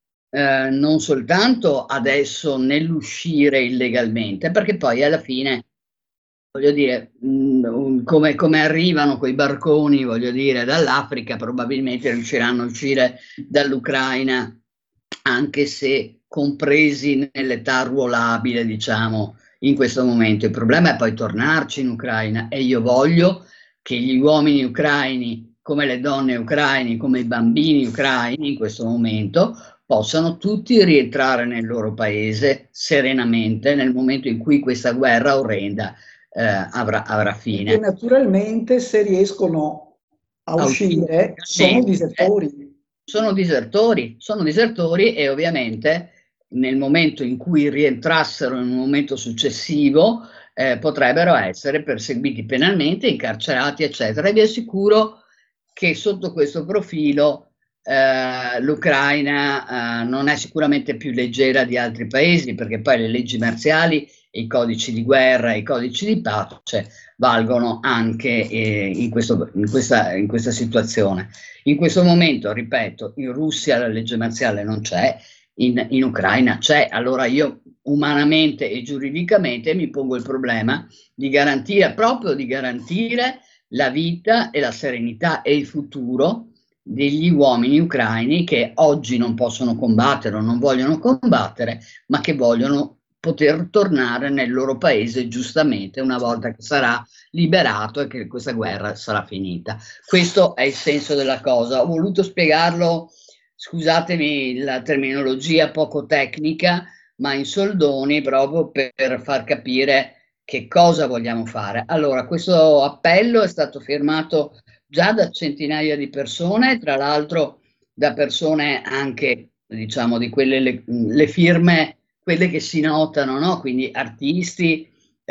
eh, non soltanto adesso nell'uscire illegalmente, perché poi alla fine, voglio dire, mh, come, come arrivano quei barconi, voglio dire, dall'Africa, probabilmente riusciranno a uscire dall'Ucraina, anche se compresi nell'età ruolabile, diciamo, in questo momento. Il problema è poi tornarci in Ucraina, e io voglio che gli uomini ucraini, come le donne ucraine, come i bambini ucraini in questo momento, possano tutti rientrare nel loro paese serenamente nel momento in cui questa guerra orrenda Eh, avrà, avrà fine. E naturalmente se riescono a, a uscire, uscire sono disertori. Eh, sono disertori, sono disertori e ovviamente nel momento in cui rientrassero in un momento successivo eh, potrebbero essere perseguiti penalmente, incarcerati, eccetera. E vi assicuro che sotto questo profilo eh, l'Ucraina eh, non è sicuramente più leggera di altri paesi, perché poi le leggi marziali, i codici di guerra, i codici di pace valgono anche eh, in, questo, in, questa, in questa situazione. In questo momento, ripeto, in Russia la legge marziale non c'è, in, in Ucraina c'è. Allora io umanamente e giuridicamente mi pongo il problema di garantire, proprio di garantire la vita e la serenità e il futuro degli uomini ucraini che oggi non possono combattere o non vogliono combattere, ma che vogliono poter tornare nel loro paese giustamente una volta che sarà liberato e che questa guerra sarà finita. Questo è il senso della cosa. Ho voluto spiegarlo, scusatemi la terminologia poco tecnica, ma in soldoni, proprio per far capire che cosa vogliamo fare. Allora, questo appello è stato firmato già da centinaia di persone, tra l'altro da persone anche, diciamo, di quelle le, le firme, quelle che si notano, no? Quindi artisti,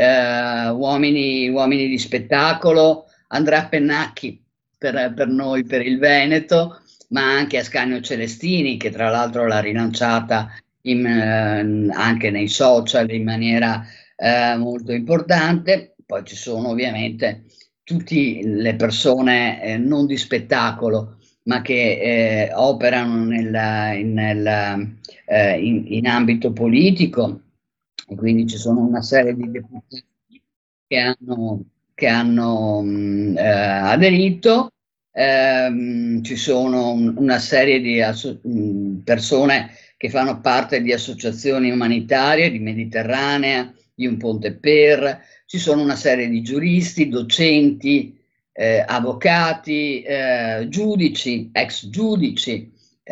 eh, uomini, uomini di spettacolo, Andrea Pennacchi per, per noi, per il Veneto, ma anche Ascanio Celestini, che tra l'altro l'ha rilanciata in, eh, anche nei social in maniera eh, molto importante. Poi ci sono ovviamente tutte le persone eh, non di spettacolo ma che eh, operano nella- in, nella, eh, in- in ambito politico, e quindi ci sono una serie di deputati che hanno, che hanno mh, eh, aderito. Ehm, ci sono un- una serie di asso- mh, persone che fanno parte di associazioni umanitarie, di Mediterranea, di Un Ponte Per, ci sono una serie di giuristi, docenti, eh, avvocati, eh, giudici, ex giudici.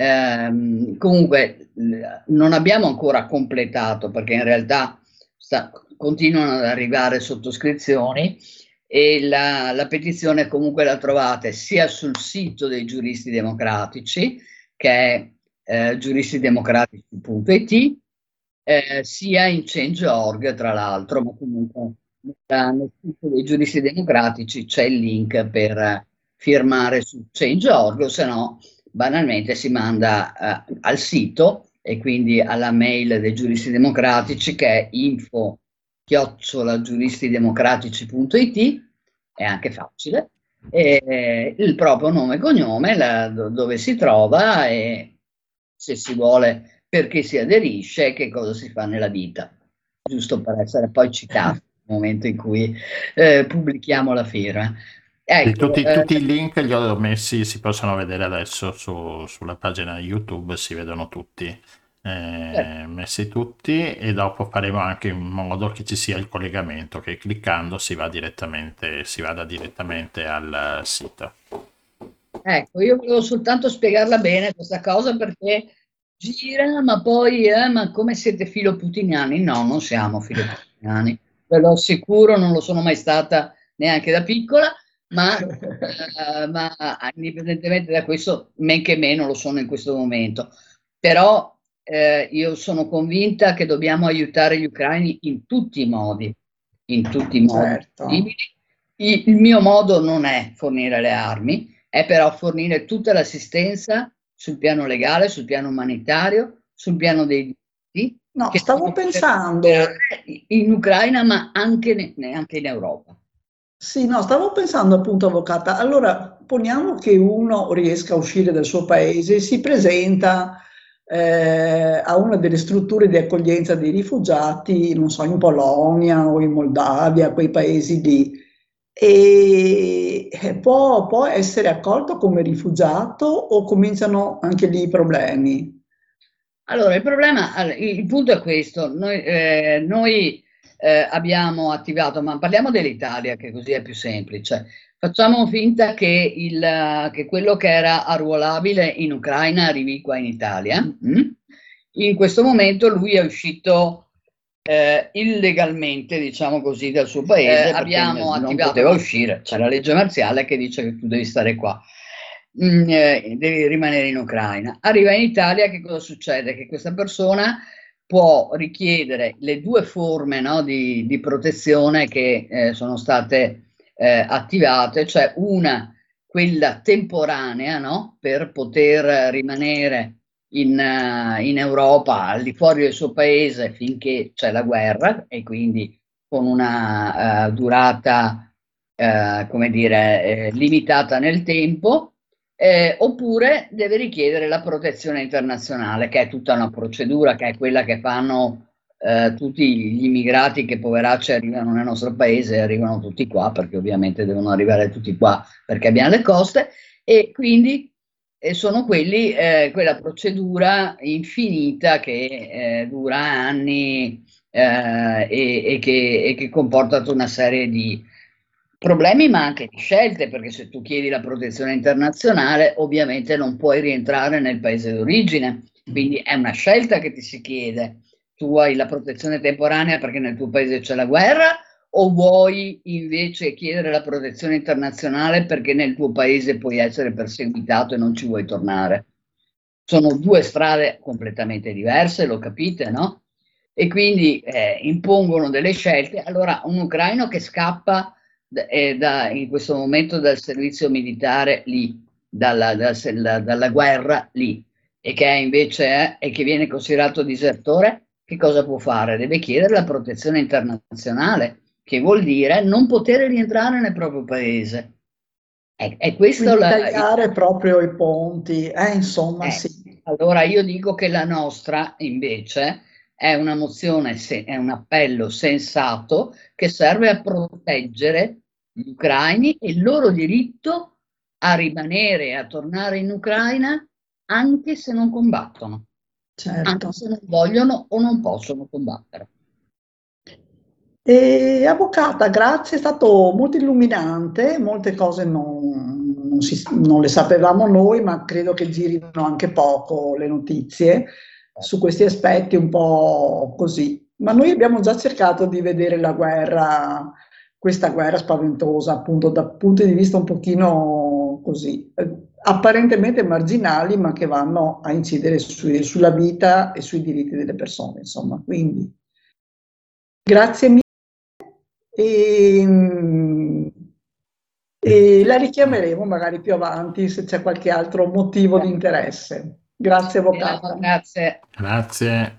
Ehm, comunque l- non abbiamo ancora completato, perché in realtà sta- continuano ad arrivare sottoscrizioni, e la, la petizione comunque la trovate sia sul sito dei giuristi democratici, che è eh, giuristidemocratici punto it, eh, sia in change punto org, tra l'altro, ma comunque nella- nel sito dei giuristi democratici c'è il link per eh, firmare su change punto org, o se no banalmente si manda eh, al sito, e quindi alla mail dei giuristi democratici, che è info chiocciola giuristidemocratici punto it, è anche facile, e il proprio nome e cognome, la- dove si trova, e se si vuole perché si aderisce e che cosa si fa nella vita, giusto per essere poi citati nel momento in cui eh, pubblichiamo la firma. Sì, Ecco, tutti, eh, tutti i link li ho messi, si possono vedere adesso su- sulla pagina YouTube, si vedono tutti, eh, messi tutti, e dopo faremo anche in modo che ci sia il collegamento, che cliccando si va direttamente, si vada direttamente al sito. ecco, io volevo soltanto spiegarla bene questa cosa, perché gira, ma poi, eh, ma come siete filoputiniani? No, non siamo filoputiniani, ve lo assicuro, non lo sono mai stata neanche da piccola, ma, eh, ma indipendentemente da questo, men che meno lo sono in questo momento. Però eh, io sono convinta che dobbiamo aiutare gli ucraini in tutti i modi, in tutti i modi Certo. possibili. Il, il mio modo non è fornire le armi, è però fornire tutta l'assistenza sul piano legale, sul piano umanitario, sul piano dei diritti, No, che stavo devono pensando, in Ucraina, ma anche, ne- anche in Europa. sì, no, stavo pensando appunto, avvocata, allora poniamo che uno riesca a uscire dal suo paese, si presenta eh, a una delle strutture di accoglienza dei rifugiati, non so, in Polonia o in Moldavia, quei paesi lì, e eh, può, può essere accolto come rifugiato o cominciano anche lì i problemi? Allora, il problema, all- il il punto è questo: noi, eh, noi, eh, abbiamo attivato, ma parliamo dell'Italia, che così è più semplice. Facciamo finta che, il, che quello che era arruolabile in Ucraina arrivi qua in Italia. mm? In questo momento lui è uscito eh, illegalmente, diciamo così, dal suo paese, Eh, perché abbiamo non attivato- poteva uscire. C'è la legge marziale che dice che tu devi stare qua. Mm, eh, devi rimanere in Ucraina. Arriva in Italia, che cosa succede? Che questa persona può richiedere le due forme, no, di, di protezione che eh, sono state eh, attivate, cioè una, quella temporanea, no, per poter rimanere in, eh, in Europa, al di fuori del suo paese, finché c'è la guerra, e quindi con una eh, durata, eh, come dire, eh, limitata nel tempo. Eh, oppure deve richiedere la protezione internazionale, che è tutta una procedura, che è quella che fanno eh, tutti gli immigrati che, poveracci, arrivano nel nostro paese, arrivano tutti qua, perché ovviamente devono arrivare tutti qua perché abbiamo le coste, e quindi eh, sono quelli, eh, quella procedura infinita che eh, dura anni, eh, e, e che, e che comporta tutta una serie di problemi, ma anche di scelte, perché se tu chiedi la protezione internazionale, ovviamente non puoi rientrare nel paese d'origine, quindi è una scelta che ti si chiede: tu hai la protezione temporanea perché nel tuo paese c'è la guerra, o vuoi invece chiedere la protezione internazionale perché nel tuo paese puoi essere perseguitato e non ci vuoi tornare? Sono due strade completamente diverse, lo capite, no? E quindi eh, impongono delle scelte. Allora, un ucraino che scappa da, eh, da, in questo momento dal servizio militare lì, dalla, dalla, dalla guerra lì, e che è invece è, e che viene considerato disertore, che cosa può fare? Deve chiedere la protezione internazionale, che vuol dire non poter rientrare nel proprio paese. È, è questo Quindi la, tagliare proprio i ponti, eh, insomma, eh, sì. allora io dico che la nostra invece è una mozione, se- è un appello sensato che serve a proteggere gli ucraini e il loro diritto a rimanere e a tornare in Ucraina anche se non combattono, Certo. anche se non vogliono o non possono combattere. E avvocata, grazie, è stato molto illuminante, molte cose non, non si- non le sapevamo noi, ma credo che girino anche poco le notizie su questi aspetti un po' così. Ma noi abbiamo già cercato di vedere la guerra, questa guerra spaventosa, appunto da punti di vista un pochino così, eh, apparentemente marginali, ma che vanno a incidere sui- sulla vita e sui diritti delle persone, insomma. Quindi, grazie mille. E, mm, e la richiameremo magari più avanti se c'è qualche altro motivo di interesse. Grazie, Speriamo, avvocata. grazie. Grazie.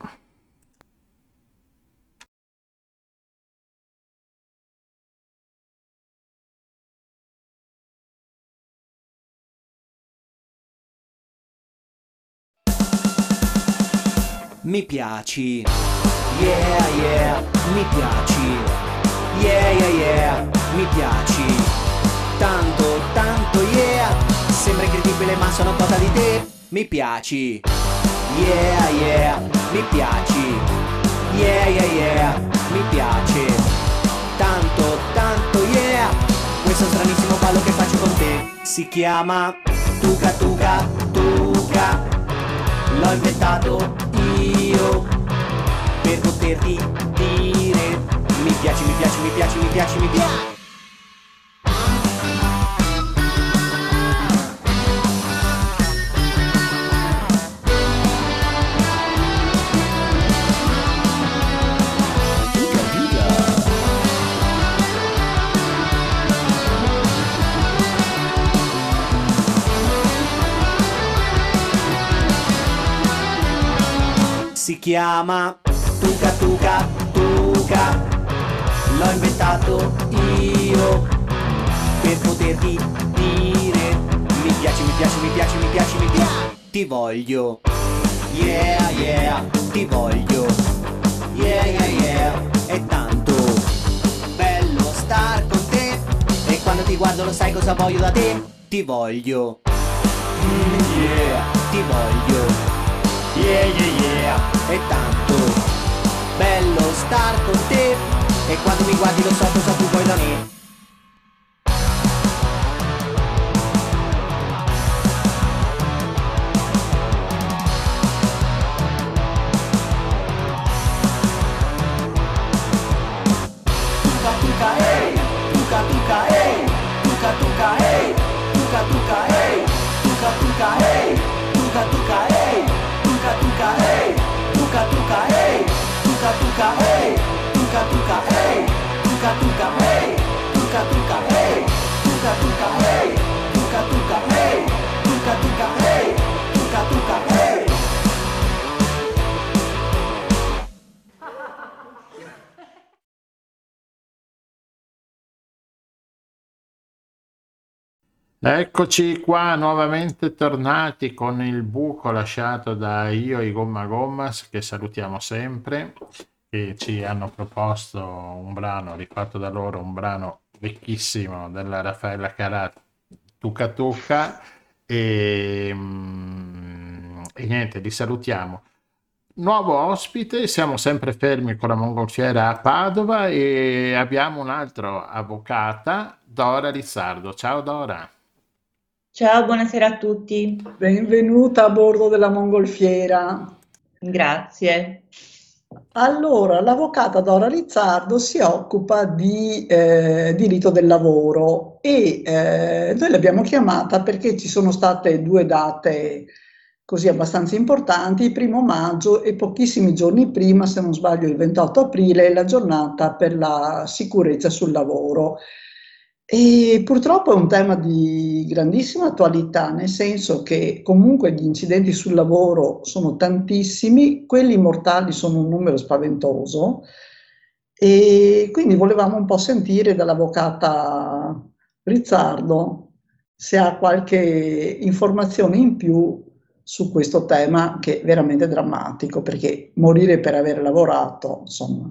Mi piaci, yeah yeah, mi piaci, yeah yeah yeah, mi piaci, tanto tanto yeah, sembra incredibile ma sono quota di te, mi piaci, yeah yeah, mi piaci, yeah yeah yeah, mi piace, tanto tanto yeah, questo stranissimo ballo che faccio con te, si chiama Tuca Tuca Tuca, l'ho inventato io per poterti dire mi piaci, mi piaci, mi piaci, mi piaci, mi piaci. Si chiama Tuca Tuca Tuca, l'ho inventato io per poterti dire mi piaci, mi piaci, mi piaci, mi piaci, mi piaci, ti voglio, yeah yeah, ti voglio, yeah yeah yeah, è tanto bello star con te e quando ti guardo lo sai cosa voglio da te, ti voglio, mm, yeah, ti voglio. Yeah, yeah, yeah, è tanto bello star con te e quando mi guardi lo so cosa tu vuoi da me. Tuca tuca hey, tuca tuca hey, tuca tuca hey, tuca tuca hey, tuca tuca hey, tuca tuca hey. Tuca tuca hey, tuca tuca hey, tuca tuca hey, tuca tuca hey, tuca tuca hey, tuca tuca hey, tuca tuca hey, tuca tuca hey, tuca tuca hey, tuca tuca hey. Eccoci qua nuovamente tornati con il buco lasciato da io e i Gomma Gommas, che salutiamo sempre, che ci hanno proposto un brano rifatto da loro, un brano vecchissimo della Raffaella Carrà, Tuca Tuca, e, mm, e niente, li salutiamo. Nuovo ospite, siamo sempre fermi con la mongolfiera a Padova e abbiamo un'altra avvocata, Dora Rizzardo. Ciao Dora. Ciao, buonasera a tutti. Benvenuta a bordo della mongolfiera. Grazie. Allora, l'avvocata Dora Rizzardo si occupa di eh, diritto del lavoro e eh, noi l'abbiamo chiamata perché ci sono state due date così abbastanza importanti, il primo maggio e pochissimi giorni prima, se non sbaglio il ventotto aprile, la giornata per la sicurezza sul lavoro. E purtroppo è un tema di grandissima attualità, nel senso che comunque gli incidenti sul lavoro sono tantissimi, quelli mortali sono un numero spaventoso e quindi volevamo un po' sentire dall'avvocata Rizzardo se ha qualche informazione in più su questo tema che è veramente drammatico, perché morire per aver lavorato, insomma.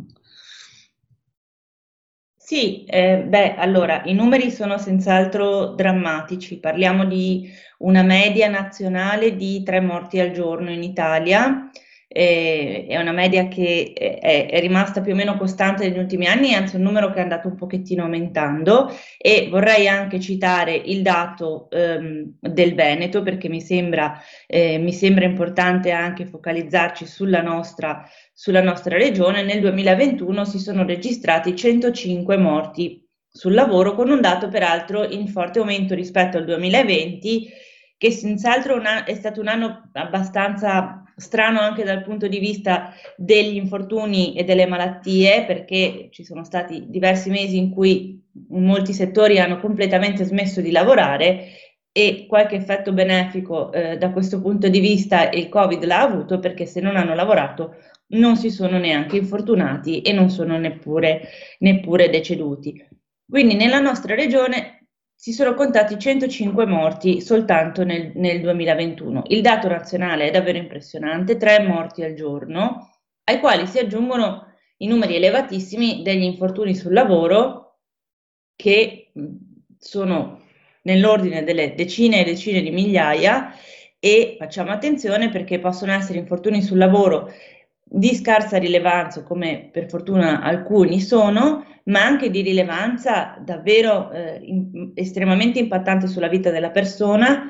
Sì, eh, beh, allora i numeri sono senz'altro drammatici, parliamo di una media nazionale di tre morti al giorno in Italia, eh, è una media che è, è rimasta più o meno costante negli ultimi anni, anzi un numero che è andato un pochettino aumentando, e vorrei anche citare il dato ehm, del Veneto, perché mi sembra, eh, mi sembra importante anche focalizzarci sulla nostra sulla nostra regione. Nel duemilaventuno si sono registrati centocinque morti sul lavoro, con un dato peraltro in forte aumento rispetto al duemilaventi, che senz'altro è stato un anno abbastanza strano anche dal punto di vista degli infortuni e delle malattie, perché ci sono stati diversi mesi in cui molti settori hanno completamente smesso di lavorare, e qualche effetto benefico eh, da questo punto di vista il Covid l'ha avuto, perché se non hanno lavorato non si sono neanche infortunati e non sono neppure, neppure deceduti. Quindi nella nostra regione si sono contati centocinque morti soltanto nel, nel duemilaventuno. Il dato nazionale è davvero impressionante, tre morti al giorno, ai quali si aggiungono i numeri elevatissimi degli infortuni sul lavoro, che sono nell'ordine delle decine e decine di migliaia, e facciamo attenzione perché possono essere infortuni sul lavoro di scarsa rilevanza, come per fortuna alcuni sono, ma anche di rilevanza davvero eh, in, estremamente impattante sulla vita della persona.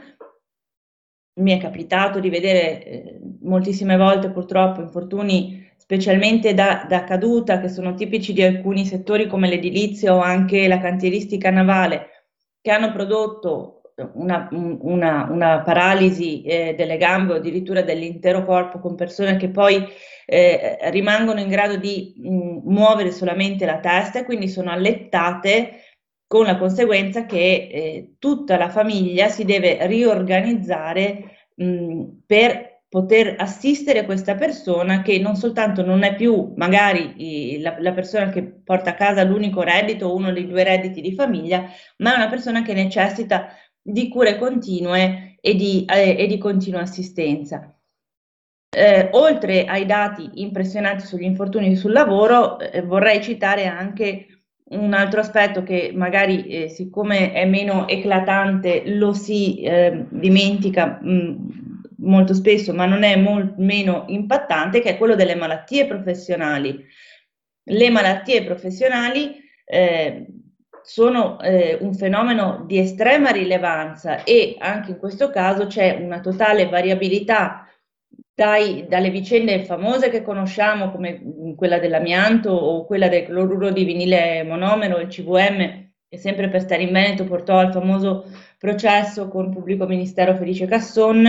Mi è capitato di vedere eh, moltissime volte purtroppo infortuni specialmente da, da caduta, che sono tipici di alcuni settori come l'edilizia o anche la cantieristica navale, che hanno prodotto una, una, una paralisi eh, delle gambe o addirittura dell'intero corpo, con persone che poi eh, rimangono in grado di mh, muovere solamente la testa, e quindi sono allettate, con la conseguenza che eh, tutta la famiglia si deve riorganizzare mh, per poter assistere questa persona, che non soltanto non è più magari i, la, la persona che porta a casa l'unico reddito o uno dei due redditi di famiglia, ma è una persona che necessita di cure continue e di, eh, e di continua assistenza. Eh, oltre ai dati impressionanti sugli infortuni sul lavoro, eh, vorrei citare anche un altro aspetto che magari, eh, siccome è meno eclatante, lo si eh, dimentica mh, molto spesso, ma non è mol- meno impattante, che è quello delle malattie professionali. Le malattie professionali eh, sono eh, un fenomeno di estrema rilevanza, e anche in questo caso c'è una totale variabilità dai, dalle vicende famose che conosciamo, come quella dell'amianto o quella del cloruro di vinile monomero, il C V M, che sempre per stare in Veneto portò al famoso processo con pubblico ministero Felice Casson,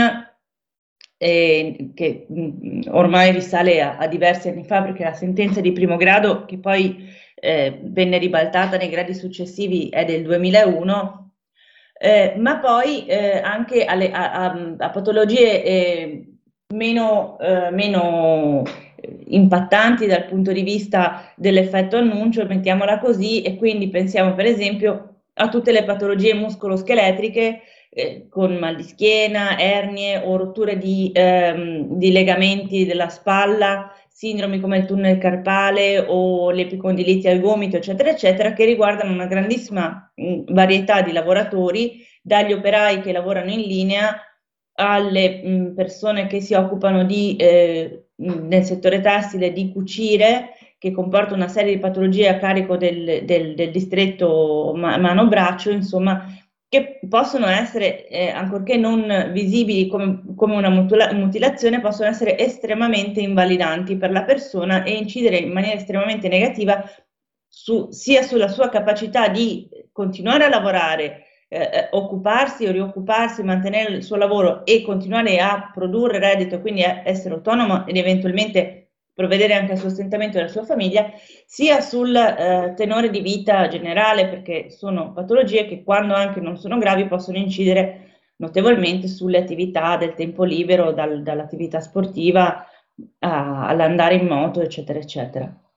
eh, che mh, ormai risale a, a diversi anni fa, perché la sentenza di primo grado, che poi eh, venne ribaltata nei gradi successivi, è del duemilauno, eh, ma poi eh, anche alle, a, a, a patologie eh, meno, eh, meno impattanti dal punto di vista dell'effetto annuncio, mettiamola così, e quindi pensiamo per esempio a tutte le patologie muscoloscheletriche eh, con mal di schiena, ernie o rotture di, ehm, di legamenti della spalla, sindromi come il tunnel carpale o l'epicondilite al gomito, eccetera, eccetera, che riguardano una grandissima mh, varietà di lavoratori, dagli operai che lavorano in linea alle mh, persone che si occupano di, eh, nel settore tessile, di cucire, che comporta una serie di patologie a carico del, del, del distretto ma- mano-braccio, insomma, che possono essere, eh, ancorché non visibili come, come una mutula- mutilazione, possono essere estremamente invalidanti per la persona e incidere in maniera estremamente negativa su, sia sulla sua capacità di continuare a lavorare, eh, occuparsi o rioccuparsi, mantenere il suo lavoro e continuare a produrre reddito, quindi a essere autonomo ed eventualmente provvedere anche al sostentamento della sua famiglia, sia sul eh, tenore di vita generale, perché sono patologie che, quando anche non sono gravi, possono incidere notevolmente sulle attività del tempo libero, dal, dall'attività sportiva a, all'andare in moto, eccetera, eccetera.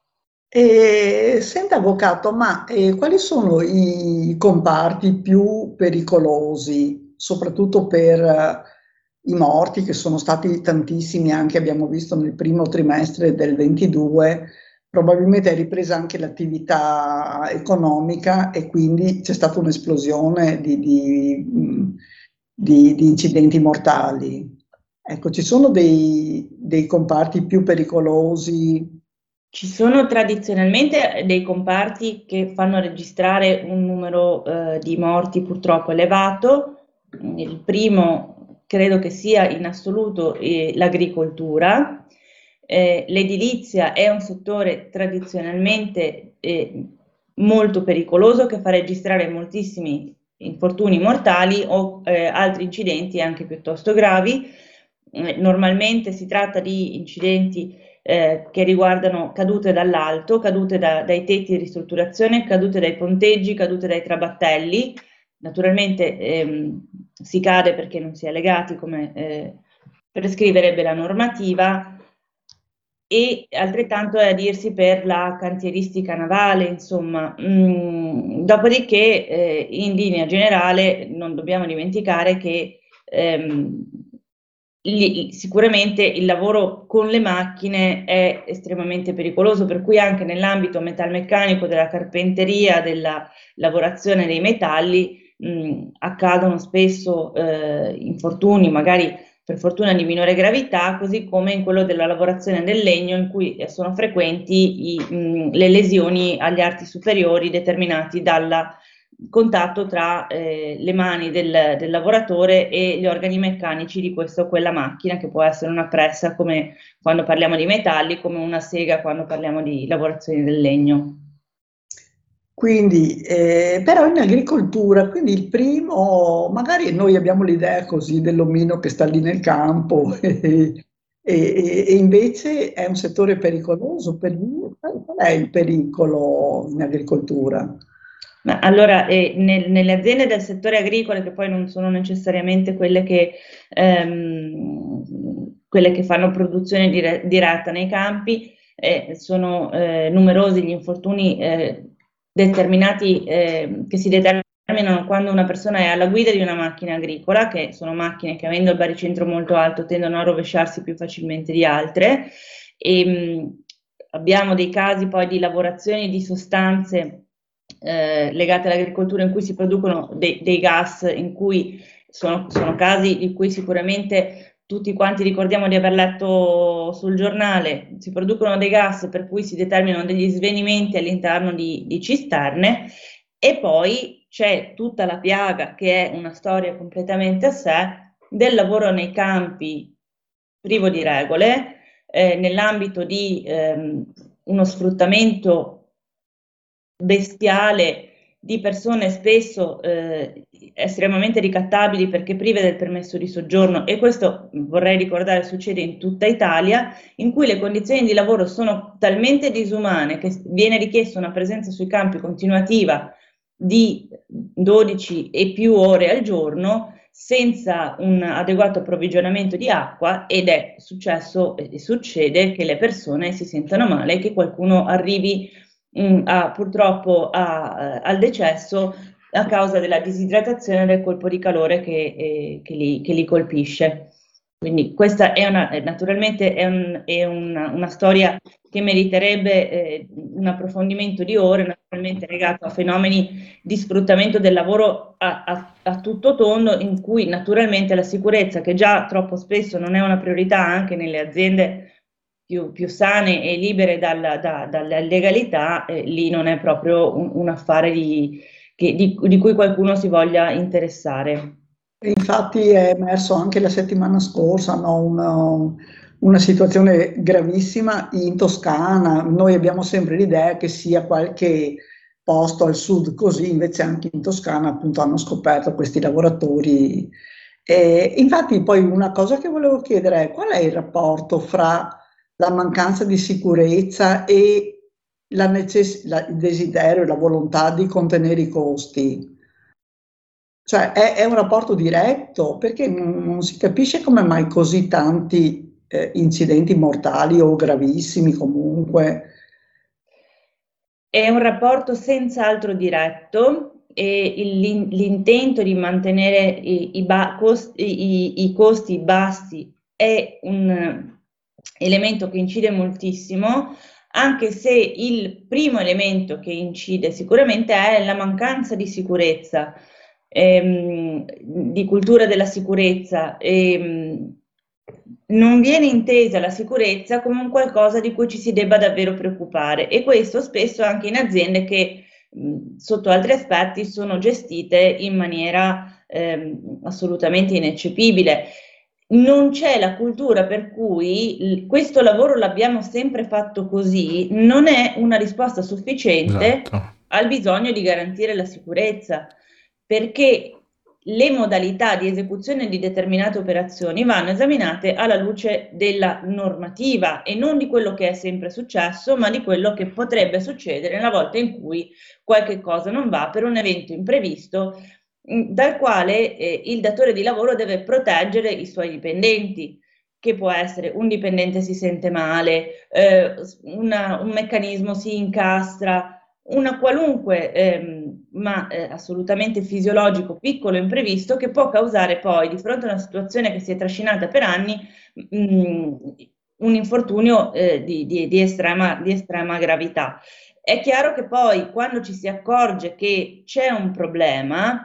E, senta, avvocato, ma eh, quali sono i comparti più pericolosi, soprattutto per eh, i morti, che sono stati tantissimi, anche abbiamo visto nel primo trimestre del ventidue, probabilmente è ripresa anche l'attività economica e quindi c'è stata un'esplosione di, di, mh, di- di incidenti mortali. Ecco, ci sono dei, dei comparti più pericolosi? Ci sono tradizionalmente dei comparti che fanno registrare un numero eh, di morti purtroppo elevato. Il primo credo che sia in assoluto eh, l'agricoltura. Eh, l'edilizia è un settore tradizionalmente eh, molto pericoloso che fa registrare moltissimi infortuni mortali o eh, altri incidenti anche piuttosto gravi. Eh, normalmente si tratta di incidenti eh, che riguardano cadute dall'alto, cadute da, dai tetti di ristrutturazione, cadute dai ponteggi, cadute dai trabattelli. Naturalmente ehm, si cade perché non si è legati come eh, prescriverebbe la normativa, e altrettanto è a dirsi per la cantieristica navale, insomma. Mm, dopodiché, eh, in linea generale, non dobbiamo dimenticare che ehm, gli- sicuramente il lavoro con le macchine è estremamente pericoloso, per cui anche nell'ambito metalmeccanico, della carpenteria, della lavorazione dei metalli, mh, accadono spesso eh, infortuni, magari per fortuna di minore gravità, così come in quello della lavorazione del legno, in cui sono frequenti i, mh, le lesioni agli arti superiori determinati dal contatto tra eh, le mani del, del lavoratore e gli organi meccanici di questa o quella macchina, che può essere una pressa come quando parliamo di metalli, come una sega quando parliamo di lavorazione del legno. Quindi, eh, però in agricoltura, quindi il primo, magari noi abbiamo l'idea così dell'omino che sta lì nel campo e, e- e invece è un settore pericoloso. Per lui. Qual qual è il pericolo in agricoltura? Ma allora, eh, nel- nelle aziende del settore agricolo, che poi non sono necessariamente quelle che, ehm, quelle che fanno produzione dire- diretta nei campi, eh, sono eh, numerosi gli infortuni eh, determinati eh, che si determinano quando una persona è alla guida di una macchina agricola, che sono macchine che, avendo il baricentro molto alto, tendono a rovesciarsi più facilmente di altre. E, mh, abbiamo dei casi poi di lavorazioni di sostanze eh, legate all'agricoltura in cui si producono de- dei gas, in cui sono, sono casi di cui sicuramente tutti quanti ricordiamo di aver letto sul giornale. Si producono dei gas per cui si determinano degli svenimenti all'interno di, di cisterne, e poi c'è tutta la piaga, che è una storia completamente a sé, del lavoro nei campi privo di regole, eh, nell'ambito di ehm, uno sfruttamento bestiale di persone spesso eh, estremamente ricattabili perché prive del permesso di soggiorno, e questo, vorrei ricordare, succede in tutta Italia, in cui le condizioni di lavoro sono talmente disumane che viene richiesta una presenza sui campi continuativa di dodici e più ore al giorno, senza un adeguato approvvigionamento di acqua, ed è successo e succede che le persone si sentano male, che qualcuno arrivi mh, a, purtroppo a, eh, al decesso a causa della disidratazione, del colpo di calore che, eh, che, li, che li colpisce. Quindi questa è una, naturalmente è, un, è una, una storia che meriterebbe eh, un approfondimento di ore, naturalmente legato a fenomeni di sfruttamento del lavoro a, a, a tutto tondo, in cui naturalmente la sicurezza, che già troppo spesso non è una priorità anche nelle aziende più, più sane e libere dalla, da, dalla legalità, eh, lì non è proprio un, un affare di, che, di, di cui qualcuno si voglia interessare. Infatti è emerso anche la settimana scorsa, no, una, una situazione gravissima in Toscana. Noi abbiamo sempre l'idea che sia qualche posto al sud così, invece anche in Toscana appunto hanno scoperto questi lavoratori. E infatti poi una cosa che volevo chiedere è: qual è il rapporto fra la mancanza di sicurezza e la necess- la- il desiderio e la volontà di contenere i costi? Cioè è, è un rapporto diretto, perché non, non si capisce come mai così tanti eh, incidenti mortali o gravissimi comunque. È un rapporto senz'altro diretto e il- l'intento di mantenere i, i ba- costi, i- i costi bassi è un elemento che incide moltissimo, anche se il primo elemento che incide sicuramente è la mancanza di sicurezza, ehm, di cultura della sicurezza. Ehm, non viene intesa la sicurezza come un qualcosa di cui ci si debba davvero preoccupare, e questo spesso anche in aziende che mh, sotto altri aspetti sono gestite in maniera ehm, assolutamente ineccepibile. Non c'è la cultura per cui l- questo lavoro l'abbiamo sempre fatto così, non è una risposta sufficiente Esatto. al bisogno di garantire la sicurezza, perché le modalità di esecuzione di determinate operazioni vanno esaminate alla luce della normativa e non di quello che è sempre successo, ma di quello che potrebbe succedere nella volta in cui qualche cosa non va per un evento imprevisto, mh, dal quale eh, il datore di lavoro deve proteggere i suoi dipendenti, che può essere un dipendente si sente male, eh, una, un meccanismo si incastra, una qualunque, ehm, ma eh, assolutamente fisiologico, piccolo imprevisto che può causare poi, di fronte a una situazione che si è trascinata per anni, mh, un infortunio eh, di, di, di, estrema, di estrema gravità. È chiaro che poi, quando ci si accorge che c'è un problema,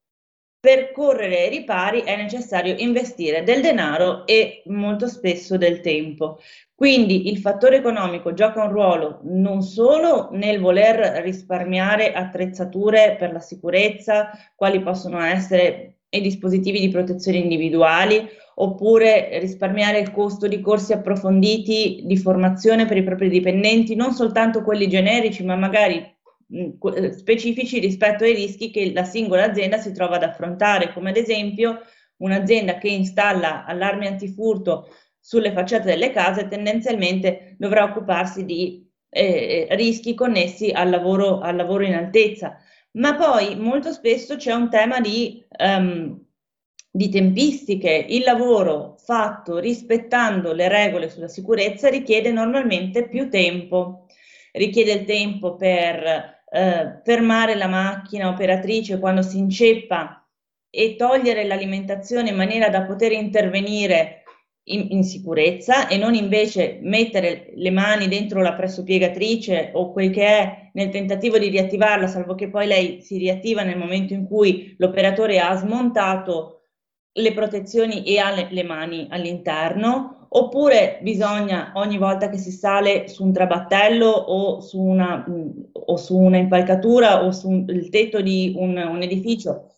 per correre ai ripari è necessario investire del denaro e molto spesso del tempo. Quindi il fattore economico gioca un ruolo non solo nel voler risparmiare attrezzature per la sicurezza, quali possono essere i dispositivi di protezione individuali, oppure risparmiare il costo di corsi approfonditi di formazione per i propri dipendenti, non soltanto quelli generici, ma magari mh, specifici rispetto ai rischi che la singola azienda si trova ad affrontare, come ad esempio un'azienda che installa allarmi antifurto sulle facciate delle case tendenzialmente dovrà occuparsi di eh, rischi connessi al lavoro, al lavoro in altezza. Ma poi molto spesso c'è un tema di, um, di tempistiche. Il lavoro fatto rispettando le regole sulla sicurezza richiede normalmente più tempo, richiede il tempo per eh, fermare la macchina operatrice quando si inceppa e togliere l'alimentazione in maniera da poter intervenire in, in sicurezza, e non invece mettere le mani dentro la pressopiegatrice o quel che è nel tentativo di riattivarla, salvo che poi lei si riattiva nel momento in cui l'operatore ha smontato le protezioni e ha le, le mani all'interno. Oppure bisogna, ogni volta che si sale su un trabattello o su una, mh, o su una impalcatura o su un, il tetto di un, un edificio,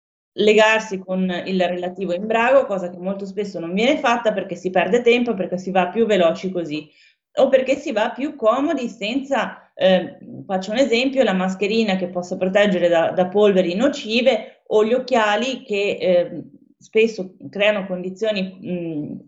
legarsi con il relativo imbrago, cosa che molto spesso non viene fatta perché si perde tempo, perché si va più veloci così, o perché si va più comodi senza, eh, faccio un esempio, la mascherina che possa proteggere da, da polveri nocive, o gli occhiali che eh, spesso creano condizioni mh,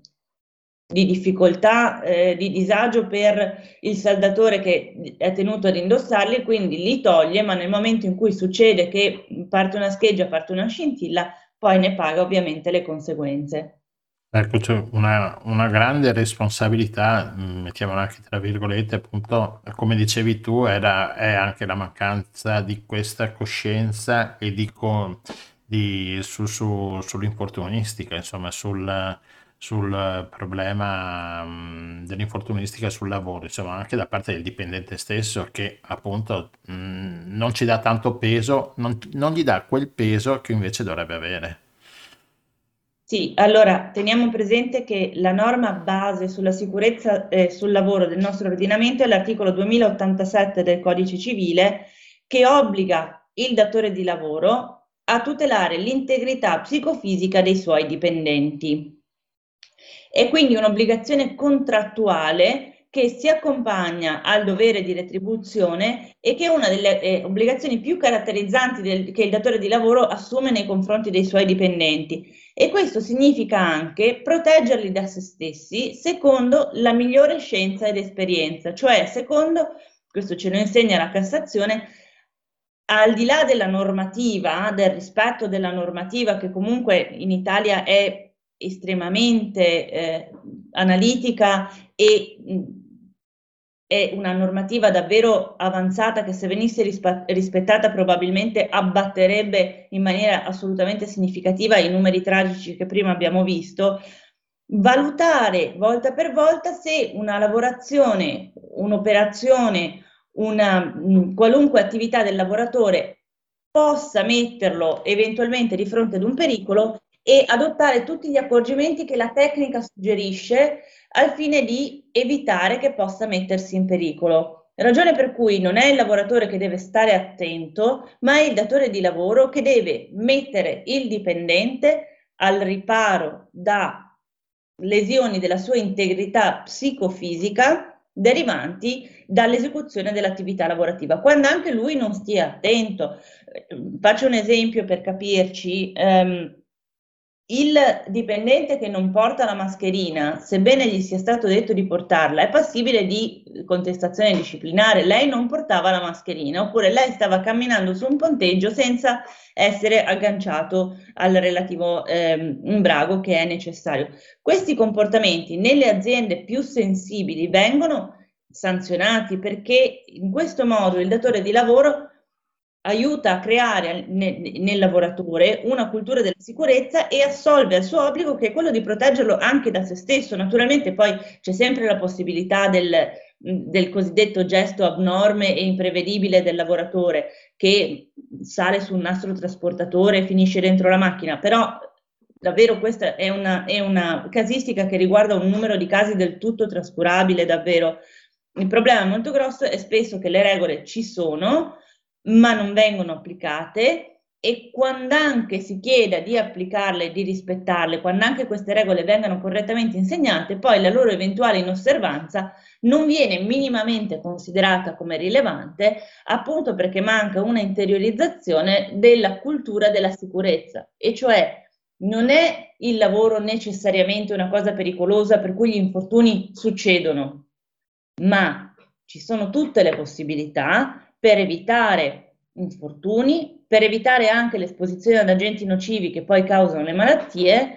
di difficoltà, eh, di disagio per il saldatore che è tenuto ad indossarli, quindi li toglie, ma nel momento in cui succede che parte una scheggia, parte una scintilla, poi ne paga ovviamente le conseguenze. Ecco, c'è una, una grande responsabilità, mh, mettiamola anche tra virgolette, appunto, come dicevi tu, era, è anche la mancanza di questa coscienza e di, co- di- su, su- sull'infortunistica, insomma, sul, sul problema mh, dell'infortunistica sul lavoro, insomma, anche da parte del dipendente stesso che appunto mh, non ci dà tanto peso, non, non gli dà quel peso che invece dovrebbe avere. Sì, allora teniamo presente che la norma base sulla sicurezza eh, sul lavoro del nostro ordinamento è l'articolo duemilaottantasette del Codice Civile, che obbliga il datore di lavoro a tutelare l'integrità psicofisica dei suoi dipendenti. È quindi un'obbligazione contrattuale che si accompagna al dovere di retribuzione e che è una delle eh, obbligazioni più caratterizzanti del, che il datore di lavoro assume nei confronti dei suoi dipendenti. E questo significa anche proteggerli da se stessi secondo la migliore scienza ed esperienza, cioè secondo, questo ce lo insegna la Cassazione, al di là della normativa, del rispetto della normativa che comunque in Italia è estremamente eh, analitica e, è una normativa davvero avanzata che, se venisse rispa- rispettata, probabilmente abbatterebbe in maniera assolutamente significativa i numeri tragici che prima abbiamo visto. Valutare volta per volta se una lavorazione, un'operazione, una mh, qualunque attività del lavoratore possa metterlo eventualmente di fronte ad un pericolo, e adottare tutti gli accorgimenti che la tecnica suggerisce al fine di evitare che possa mettersi in pericolo. Ragione per cui non è il lavoratore che deve stare attento, ma è il datore di lavoro che deve mettere il dipendente al riparo da lesioni della sua integrità psicofisica derivanti dall'esecuzione dell'attività lavorativa, quando anche lui non stia attento. Faccio un esempio per capirci. Um, il dipendente che non porta la mascherina, sebbene gli sia stato detto di portarla, è passibile di contestazione disciplinare. Lei non portava la mascherina, oppure lei stava camminando su un ponteggio senza essere agganciato al relativo ehm, imbrago che è necessario. Questi comportamenti nelle aziende più sensibili vengono sanzionati, perché in questo modo il datore di lavoro aiuta a creare nel, nel lavoratore una cultura della sicurezza e assolve al suo obbligo, che è quello di proteggerlo anche da se stesso. Naturalmente poi c'è sempre la possibilità del, del cosiddetto gesto abnorme e imprevedibile del lavoratore, che sale su un nastro trasportatore e finisce dentro la macchina, però davvero questa è una, è una casistica che riguarda un numero di casi del tutto trascurabile, davvero. Il problema molto grosso è spesso che le regole ci sono, ma non vengono applicate, e quando anche si chieda di applicarle e di rispettarle, quando anche queste regole vengano correttamente insegnate, poi la loro eventuale inosservanza non viene minimamente considerata come rilevante, appunto perché manca una interiorizzazione della cultura della sicurezza, e cioè non è il lavoro necessariamente una cosa pericolosa per cui gli infortuni succedono, ma ci sono tutte le possibilità per evitare infortuni, per evitare anche l'esposizione ad agenti nocivi che poi causano le malattie.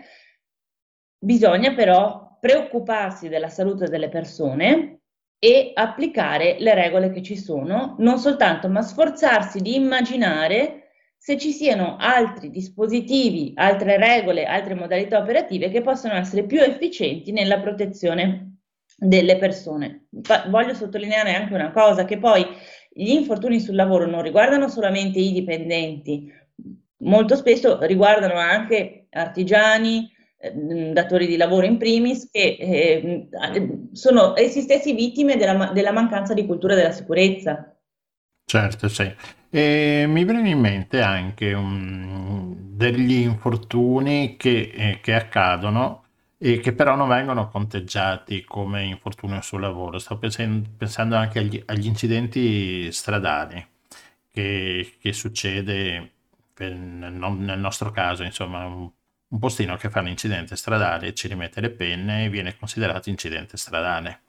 Bisogna però preoccuparsi della salute delle persone e applicare le regole che ci sono, non soltanto, ma sforzarsi di immaginare se ci siano altri dispositivi, altre regole, altre modalità operative che possono essere più efficienti nella protezione delle persone. Voglio sottolineare anche una cosa, che poi gli infortuni sul lavoro non riguardano solamente i dipendenti, molto spesso riguardano anche artigiani, eh, datori di lavoro in primis, che eh, sono essi stessi vittime della, della mancanza di cultura della sicurezza. Certo, sì. E mi viene in mente anche um, degli infortuni che, eh, che accadono e che però non vengono conteggiati come infortunio sul lavoro. Sto pensen- pensando anche agli, agli incidenti stradali, che, che succede eh, nel, no- nel nostro caso, insomma, un, un postino che fa un incidente stradale, ci rimette le penne e viene considerato incidente stradale.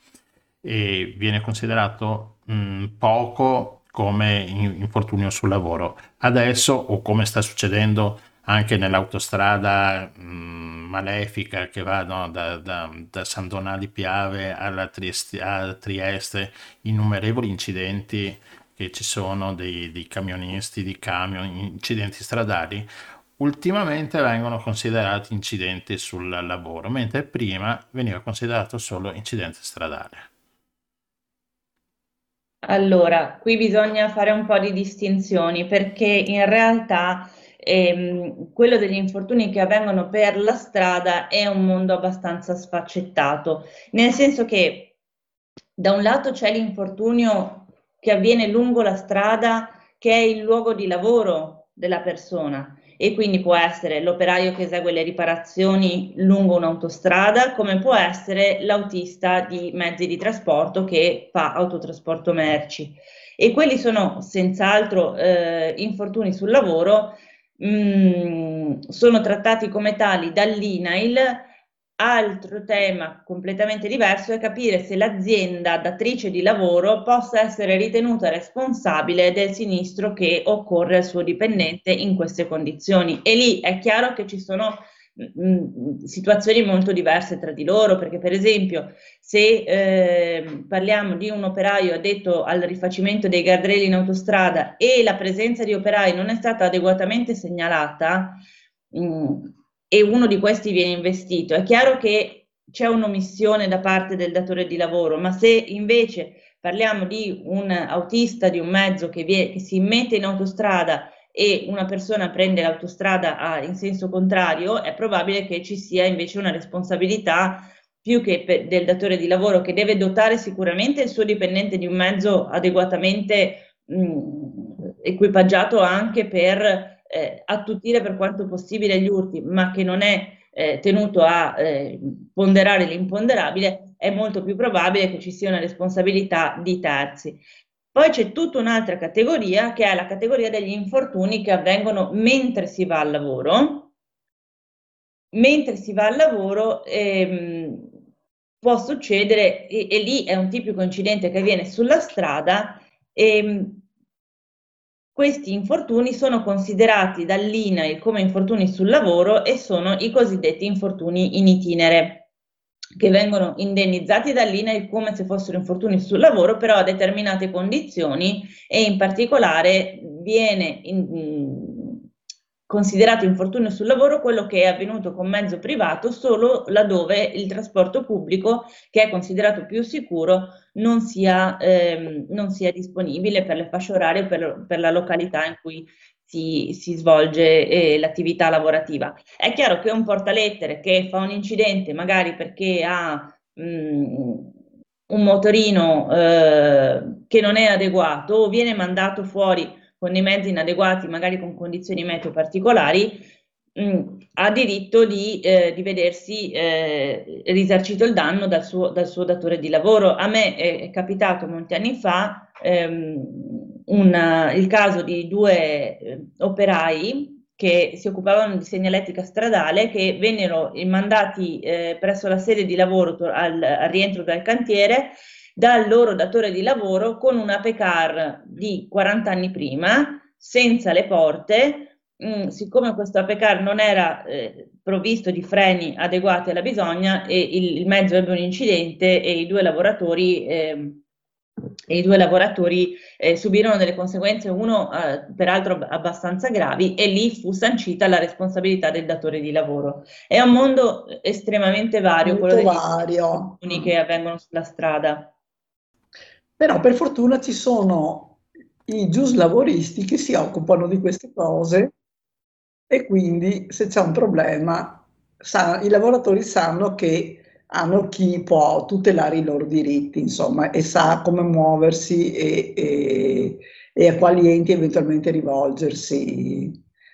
E viene considerato mh, poco come in- infortunio sul lavoro. Adesso, o come sta succedendo anche nell'autostrada mh, malefica che va, no, da, da, da San Donà di Piave alla Trieste, a Trieste, innumerevoli incidenti che ci sono dei, dei camionisti, di camion, incidenti stradali, ultimamente vengono considerati incidenti sul lavoro, mentre prima veniva considerato solo incidente stradale. Allora, qui bisogna fare un po' di distinzioni, perché in realtà ehm, quello degli infortuni che avvengono per la strada è un mondo abbastanza sfaccettato, nel senso che da un lato c'è l'infortunio che avviene lungo la strada, che è il luogo di lavoro della persona, e quindi può essere l'operaio che esegue le riparazioni lungo un'autostrada, come può essere l'autista di mezzi di trasporto che fa autotrasporto merci. E quelli sono senz'altro eh, infortuni sul lavoro, mh, sono trattati come tali dall'I N A I L. Altro tema completamente diverso è capire se l'azienda datrice di lavoro possa essere ritenuta responsabile del sinistro che occorre al suo dipendente in queste condizioni. E lì è chiaro che ci sono mh, situazioni molto diverse tra di loro, perché per esempio se eh, parliamo di un operaio addetto al rifacimento dei guardrail in autostrada e la presenza di operai non è stata adeguatamente segnalata mh, e uno di questi viene investito, è chiaro che c'è un'omissione da parte del datore di lavoro, ma se invece parliamo di un autista di un mezzo che, vie- che si mette in autostrada e una persona prende l'autostrada a- in senso contrario, è probabile che ci sia invece una responsabilità più che per- del datore di lavoro, che deve dotare sicuramente il suo dipendente di un mezzo adeguatamente mh, equipaggiato anche per eh, attutire per quanto possibile gli urti, ma che non è eh, tenuto a eh, ponderare l'imponderabile, è molto più probabile che ci sia una responsabilità di terzi. Poi c'è tutta un'altra categoria, che è la categoria degli infortuni che avvengono mentre si va al lavoro. Mentre si va al lavoro ehm, può succedere, e, e lì è un tipico incidente che avviene sulla strada, ehm, questi infortuni sono considerati dall'I N A I come infortuni sul lavoro e sono i cosiddetti infortuni in itinere, che vengono indennizzati dall'I N A I come se fossero infortuni sul lavoro, però a determinate condizioni, e in particolare viene in, considerato infortunio sul lavoro quello che è avvenuto con mezzo privato solo laddove il trasporto pubblico, che è considerato più sicuro, non sia, ehm, non sia disponibile per le fasce orarie, per, per la località in cui si, si svolge eh, l'attività lavorativa. È chiaro che un portalettere che fa un incidente magari perché ha mh, un motorino eh, che non è adeguato o viene mandato fuori con dei mezzi inadeguati, magari con condizioni meteo particolari, mh, ha diritto di, eh, di vedersi eh, risarcito il danno dal suo, dal suo datore di lavoro. A me è, è capitato molti anni fa ehm, una, il caso di due eh, operai che si occupavano di segnaletica stradale, che vennero mandati eh, presso la sede di lavoro al, al rientro dal cantiere dal loro datore di lavoro con una Ape car di quaranta anni prima, senza le porte. Mh, siccome questo Ape car non era eh, provvisto di freni adeguati alla bisogna, e il, il mezzo ebbe un incidente e i due lavoratori eh, e i due lavoratori eh, subirono delle conseguenze, uno eh, peraltro abbastanza gravi, e lì fu sancita la responsabilità del datore di lavoro. È un mondo estremamente vario, Molto quello degli vario. infortuni che avvengono sulla strada. Però per fortuna ci sono i giuslavoristi che si occupano di queste cose e quindi se c'è un problema sa, i lavoratori sanno che hanno chi può tutelare i loro diritti, insomma, e sa come muoversi e, e, e a quali enti eventualmente rivolgersi.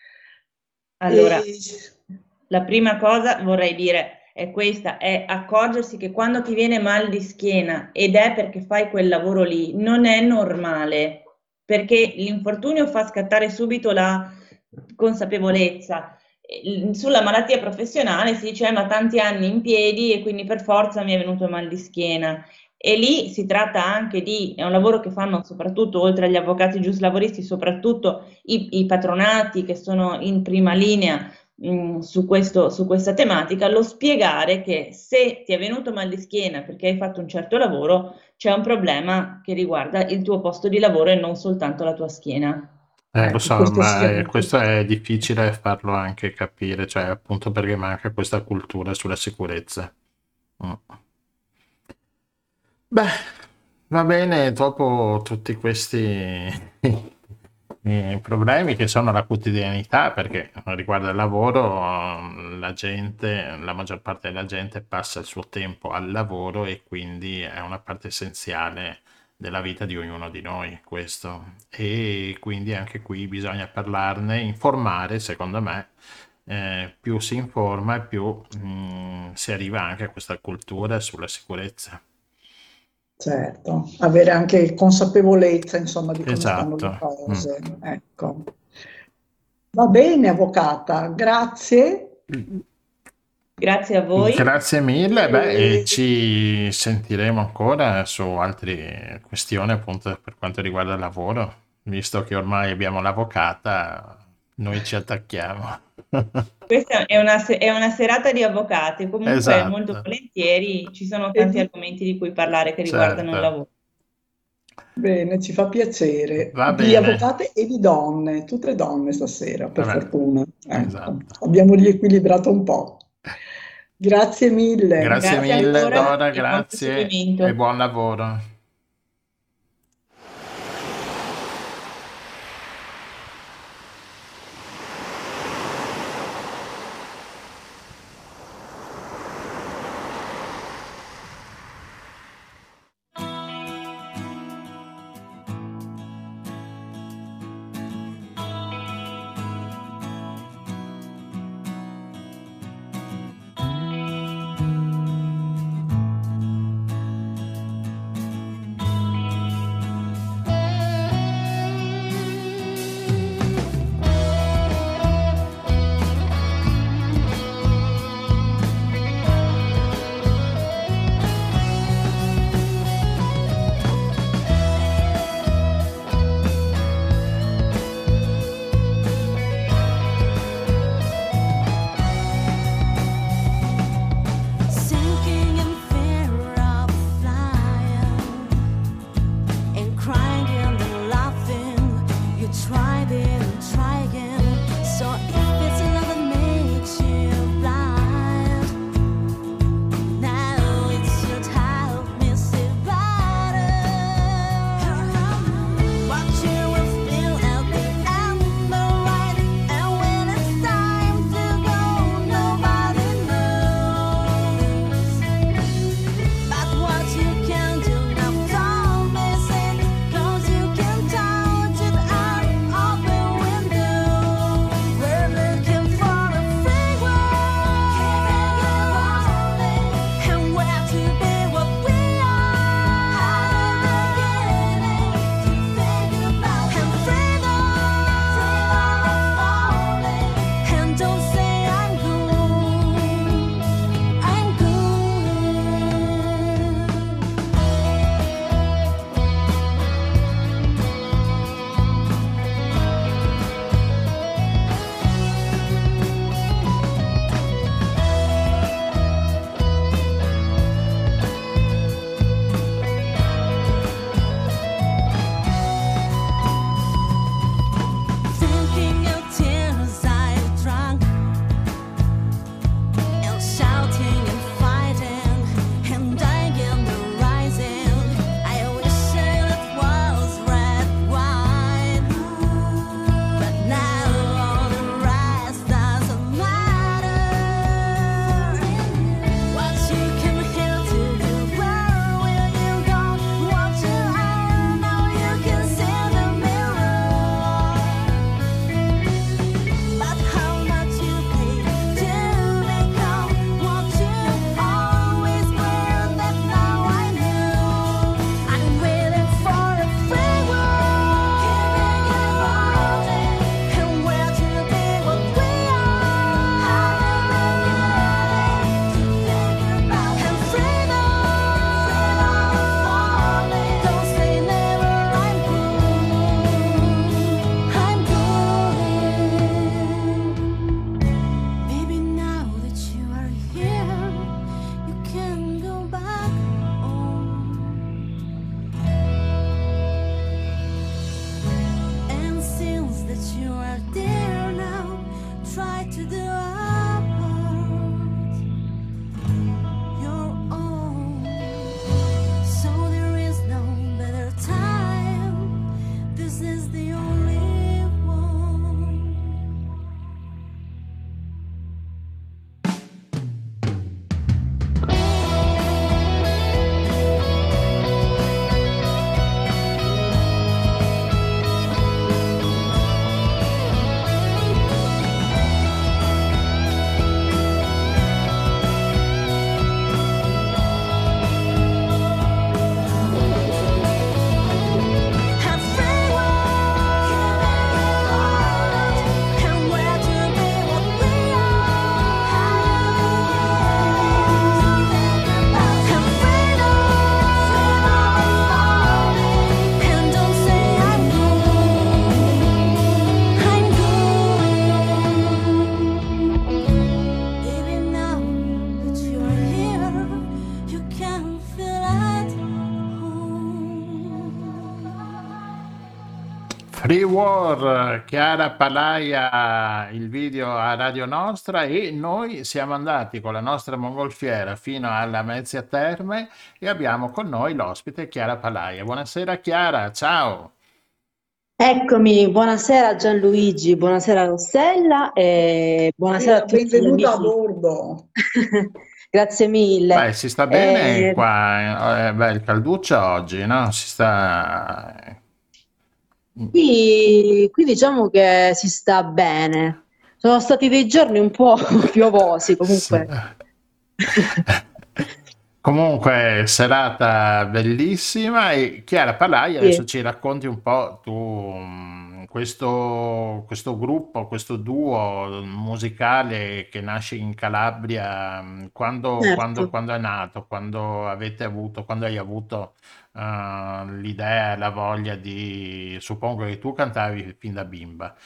Allora, E... la prima cosa vorrei dire è questa, è accorgersi che quando ti viene mal di schiena ed è perché fai quel lavoro lì, non è normale, perché l'infortunio fa scattare subito la consapevolezza. Sulla malattia professionale si dice, ma tanti anni in piedi e quindi per forza mi è venuto mal di schiena. E lì si tratta anche di, è un lavoro che fanno soprattutto, oltre agli avvocati giuslavoristi, soprattutto i, i patronati che sono in prima linea mh, su, questo, su questa tematica, lo spiegare che se ti è venuto mal di schiena perché hai fatto un certo lavoro, c'è un problema che riguarda il tuo posto di lavoro e non soltanto la tua schiena. Eh, lo Ecco, so, questo ma sia eh, molto- questo è difficile farlo anche capire, cioè appunto perché manca questa cultura sulla sicurezza. Mm. Beh, va bene, dopo tutti questi eh, problemi che sono la quotidianità, perché riguardo il lavoro, la gente, la maggior parte della gente passa il suo tempo al lavoro e quindi è una parte essenziale della vita di ognuno di noi, questo. E quindi anche qui bisogna parlarne, informare, secondo me. Eh, più si informa e più mh, si arriva anche a questa cultura sulla sicurezza. Certo, avere anche consapevolezza, insomma, di come stanno le Esatto. cose. Ecco. Va bene, avvocata, grazie. Grazie a voi. Grazie mille, beh, E- e ci sentiremo ancora su altre questioni appunto per quanto riguarda il lavoro, visto che ormai abbiamo l'avvocata, Noi ci attacchiamo. Questa è una, se- è una serata di avvocati, comunque molto Esatto, volentieri ci sono E tanti di- argomenti di cui parlare che riguardano il certo. lavoro. Bene, ci fa piacere. Va Di bene. avvocate e di donne, tutte e donne stasera, per Vabbè, fortuna. Ecco, esatto. abbiamo riequilibrato un po'. Grazie mille. Grazie Grazie mille, ancora Dora, e buon grazie e proseguimento. buon lavoro. Sinking in fear of flying and crying and laughing. You tried it and try again. So if it's love that makes you blind, now it should help me see better. What you will feel at the end of the ride, and when it's time to go, nobody knows. But what you can do now, don't miss it, 'cause you can touch it out of the window. We're looking for a free world, and where to be what we are. And freedom, and don't say I'm good, I'm good. Thinking of tears I drank, and shouting and fighting, and dying and rising. I wish it was red wine, but now all the rest doesn't matter. What you came here to do, where will you go? What you are now, you can see the mirror. But how much you pay to become what you always were, that now I know. I'm waiting for a free world, and where to be what we are. And freedom, don't say never, I'm good, I'm good. Maybe now that you are here, you can go back home. And since that you are there now, try to do our part, your own. So there is no better time. This is the only one. War, Chiara Palaia, il video a Radio Nostra, e noi siamo andati con la nostra mongolfiera fino alla Mezzia Terme e abbiamo con noi l'ospite Chiara Palaia. Buonasera Chiara, ciao. Eccomi, buonasera Gianluigi, buonasera Rossella e buonasera a tutti gli Benvenuta a amici. bordo. Grazie mille. Beh, si sta bene Eh, qua, eh, beh, il calduccio oggi, no? Si sta... qui, qui diciamo che si sta bene. Sono stati dei giorni un po' piovosi, Sì. comunque. Comunque, serata bellissima. E Chiara Palaia, adesso Sì, ci racconti un po' tu mh, questo, questo gruppo, questo duo musicale che nasce in Calabria, mh, quando, quando, certo. quando è nato, quando avete avuto, quando hai avuto eh, l'idea, la voglia di, suppongo che tu cantavi fin da bimba,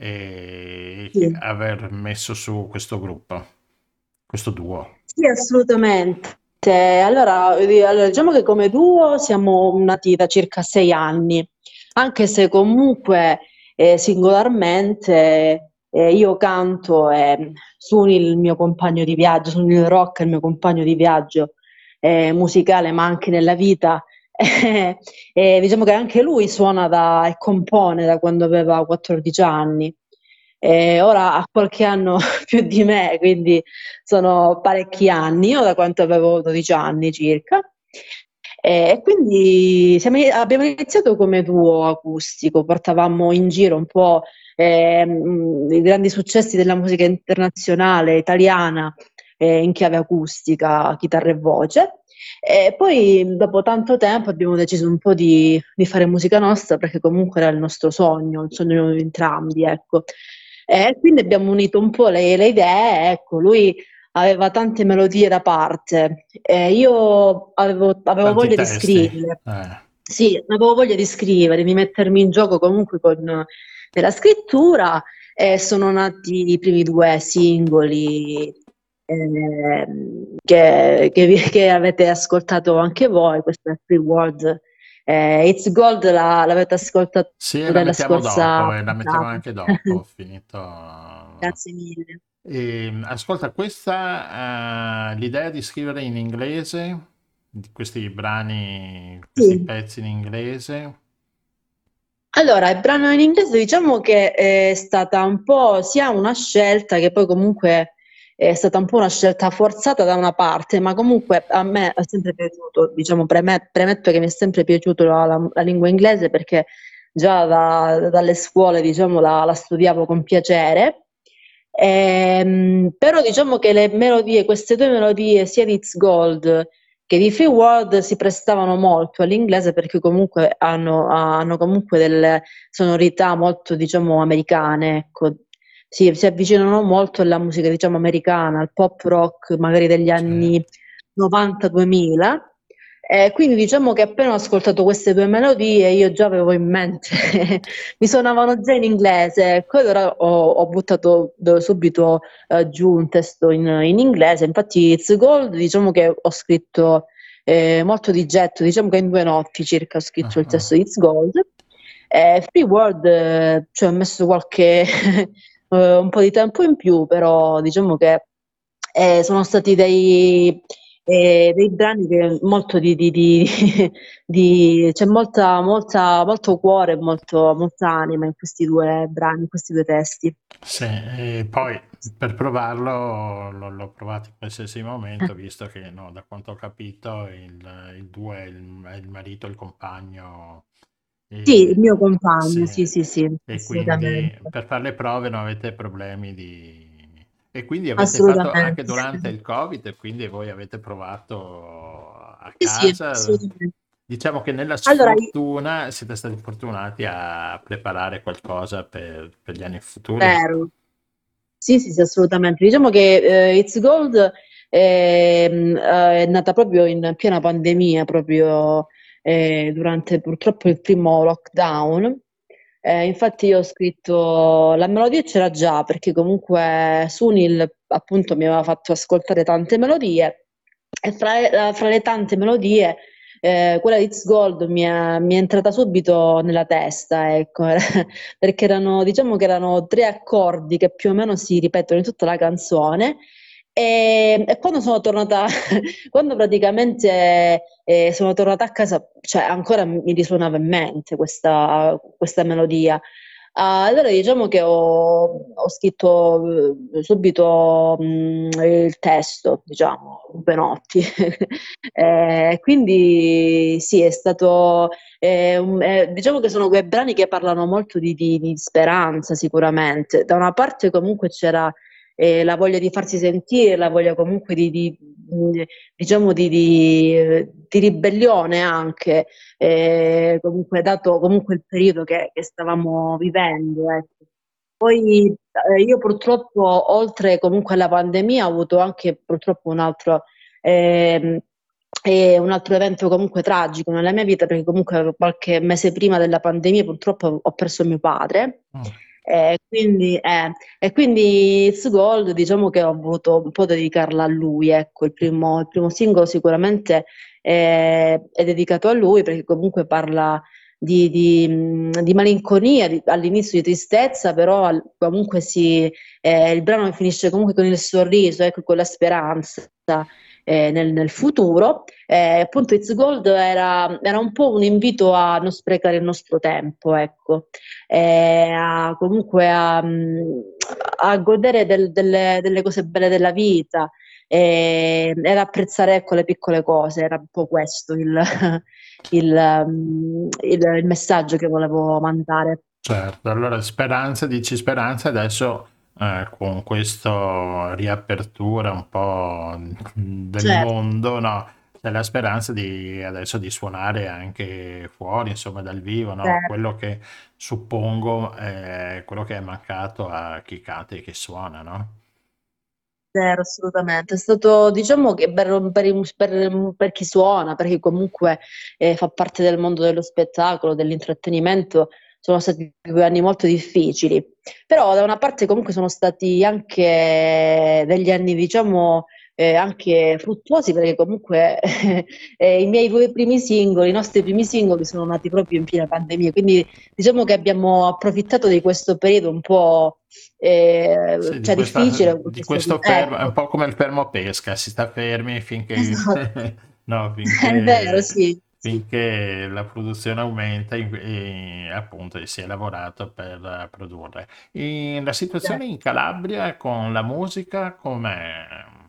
e Sì. aver messo su questo gruppo, questo duo. Sì, assolutamente. Allora, eh, allora, diciamo che come duo siamo nati da circa sei anni, anche se comunque eh, singolarmente eh, io canto e Suni il mio compagno di viaggio, Suni il rock è il mio compagno di viaggio eh, musicale, ma anche nella vita. Eh, eh, diciamo che anche lui suona da, e compone da quando aveva quattordici anni. Eh, ora ha qualche anno più di me, quindi sono parecchi anni, io da quanto avevo dodici anni circa. Eh, E quindi siamo- abbiamo iniziato come duo acustico, portavamo in giro un po' ehm, i grandi successi della musica internazionale italiana eh, in chiave acustica, chitarra e voce. E poi dopo tanto tempo abbiamo deciso un po' di, di fare musica nostra perché comunque era il nostro sogno, il sogno di entrambi, ecco. E quindi abbiamo unito un po' le, le idee, ecco, lui aveva tante melodie da parte e io avevo, avevo Tanti voglia di testi. scrivere. Eh. Sì, avevo voglia di scrivere, di mettermi in gioco comunque con della scrittura e sono nati i primi due singoli ehm, che, che vi- che avete ascoltato anche voi, questo è Free World. Eh, It's Gold la- l'avete ascoltato Sì, la nella mettiamo scorsa dopo, e la mettiamo puntata. anche dopo, finito. Grazie mille. E, ascolta, questa, eh, l'idea di scrivere in inglese, di questi brani, questi Sì. pezzi in inglese, Allora, il brano in inglese diciamo che è stata un po' sia una scelta che poi comunque è stata un po' una scelta forzata da una parte, ma comunque a me è sempre piaciuto, diciamo, preme- premetto che mi è sempre piaciuto la, la- la lingua inglese perché già da- dalle scuole, diciamo, la, la studiavo con piacere. Ehm, però diciamo che le melodie, queste due melodie, sia di It's Gold che di Free World si prestavano molto all'inglese perché comunque hanno, hanno comunque delle sonorità molto, diciamo, americane, ecco. Sì, si avvicinano molto alla musica, diciamo, americana, al pop rock magari degli anni novanta duemila. Eh, quindi diciamo che appena ho ascoltato queste due melodie io già avevo in mente, mi suonavano già in inglese, poi allora ho, ho buttato eh, subito eh, giù un testo in, in inglese, infatti It's Gold diciamo che ho scritto eh, molto di getto, diciamo che in due notti circa ho scritto il testo di It's Gold. Eh, Free World eh, ci ho messo qualche eh, un po' di tempo in più, però diciamo che eh, sono stati dei, eh, dei brani che molto di, di- di- di- c'è molta, molta, molto cuore, molto, molta anima in questi due brani, in questi due testi. sì, e poi per provarlo l'ho, l'ho provato in qualsiasi momento, visto che no, da quanto ho capito il, il duo è il, è il marito, il compagno, Sì, il e, mio compagno, sì, sì, sì, sì, e quindi assolutamente, per fare le prove non avete problemi di... E quindi avete fatto anche assolutamente. durante il Covid, e quindi voi avete provato a Sì, sì, casa. assolutamente. Diciamo che nella Allora, io- sfortuna siete stati fortunati a preparare qualcosa per, per gli anni futuri. vero. Sì, sì, sì, assolutamente. Diciamo che eh, It's Gold ehm, eh, è nata proprio in piena pandemia, proprio eh, durante purtroppo il primo lockdown. Eh, infatti io ho scritto la melodia c'era già perché comunque Sunil appunto mi aveva fatto ascoltare tante melodie e fra, eh, fra le tante melodie eh, quella di It's Gold mi è, mi è entrata subito nella testa, ecco, perché erano, diciamo che erano tre accordi che più o meno si ripetono in tutta la canzone. E, e quando sono tornata, quando praticamente eh, sono tornata a casa, cioè ancora mi risuonava in mente questa, questa melodia. Ah, allora diciamo che ho, ho scritto eh, subito mh, il testo, diciamo, Benotti. Eh, quindi sì, è stato, eh, un- eh, diciamo che sono quei brani che parlano molto di, di- di speranza sicuramente. Da una parte comunque c'era eh, la voglia di farsi sentire, la voglia comunque di, di, mh, diciamo di, di- di ribellione anche, eh, comunque dato comunque il periodo che, che stavamo vivendo, ecco. Poi eh, io purtroppo, oltre comunque alla pandemia, ho avuto anche purtroppo un altro, ehm, eh, un altro evento comunque tragico nella mia vita, perché comunque qualche mese prima della pandemia purtroppo ho perso mio padre. Mm. Eh, quindi, eh, e quindi It's Gold, diciamo che ho voluto un po' dedicarla a lui, ecco, il primo, il primo singolo sicuramente eh, è dedicato a lui perché comunque parla di, di, mh, di malinconia, di- all'inizio di tristezza, però al- comunque si, eh, il brano finisce comunque con il sorriso, ecco, con la speranza eh, nel, nel futuro. Eh, appunto It's Gold era, era un po' un invito a non sprecare il nostro tempo, ecco, eh, a, comunque a, mh, a godere del- delle, delle cose belle della vita e, ed apprezzare ecco, le piccole cose, era un po' questo il, il, um, il- il messaggio che volevo mandare. Certo, allora speranza, dici speranza adesso eh, con questa riapertura un po' del Certo, mondo, no? C'è la speranza di adesso di suonare anche fuori, insomma, dal vivo, no? certo. Quello che suppongo è quello che è mancato a chi canta e chi suona, no? Zero, assolutamente. È stato, diciamo che per, per i- per- per chi suona, perché comunque eh, fa parte del mondo dello spettacolo, dell'intrattenimento, sono stati due anni molto difficili. Però da una parte comunque sono stati anche degli anni, diciamo, eh, anche fruttuosi, perché comunque eh, i miei due primi singoli, i nostri primi singoli sono nati proprio in piena pandemia, quindi diciamo che abbiamo approfittato di questo periodo un po' eh, Sì, di cioè questa, difficile, di questo- questo fermo, è un ecco, po' come il fermo pesca, si sta fermi finché, esatto, no, è vero, finché, sì, sì. finché la produzione aumenta e, e appunto si è lavorato per produrre. E la situazione Certo. in Calabria con la musica com'è?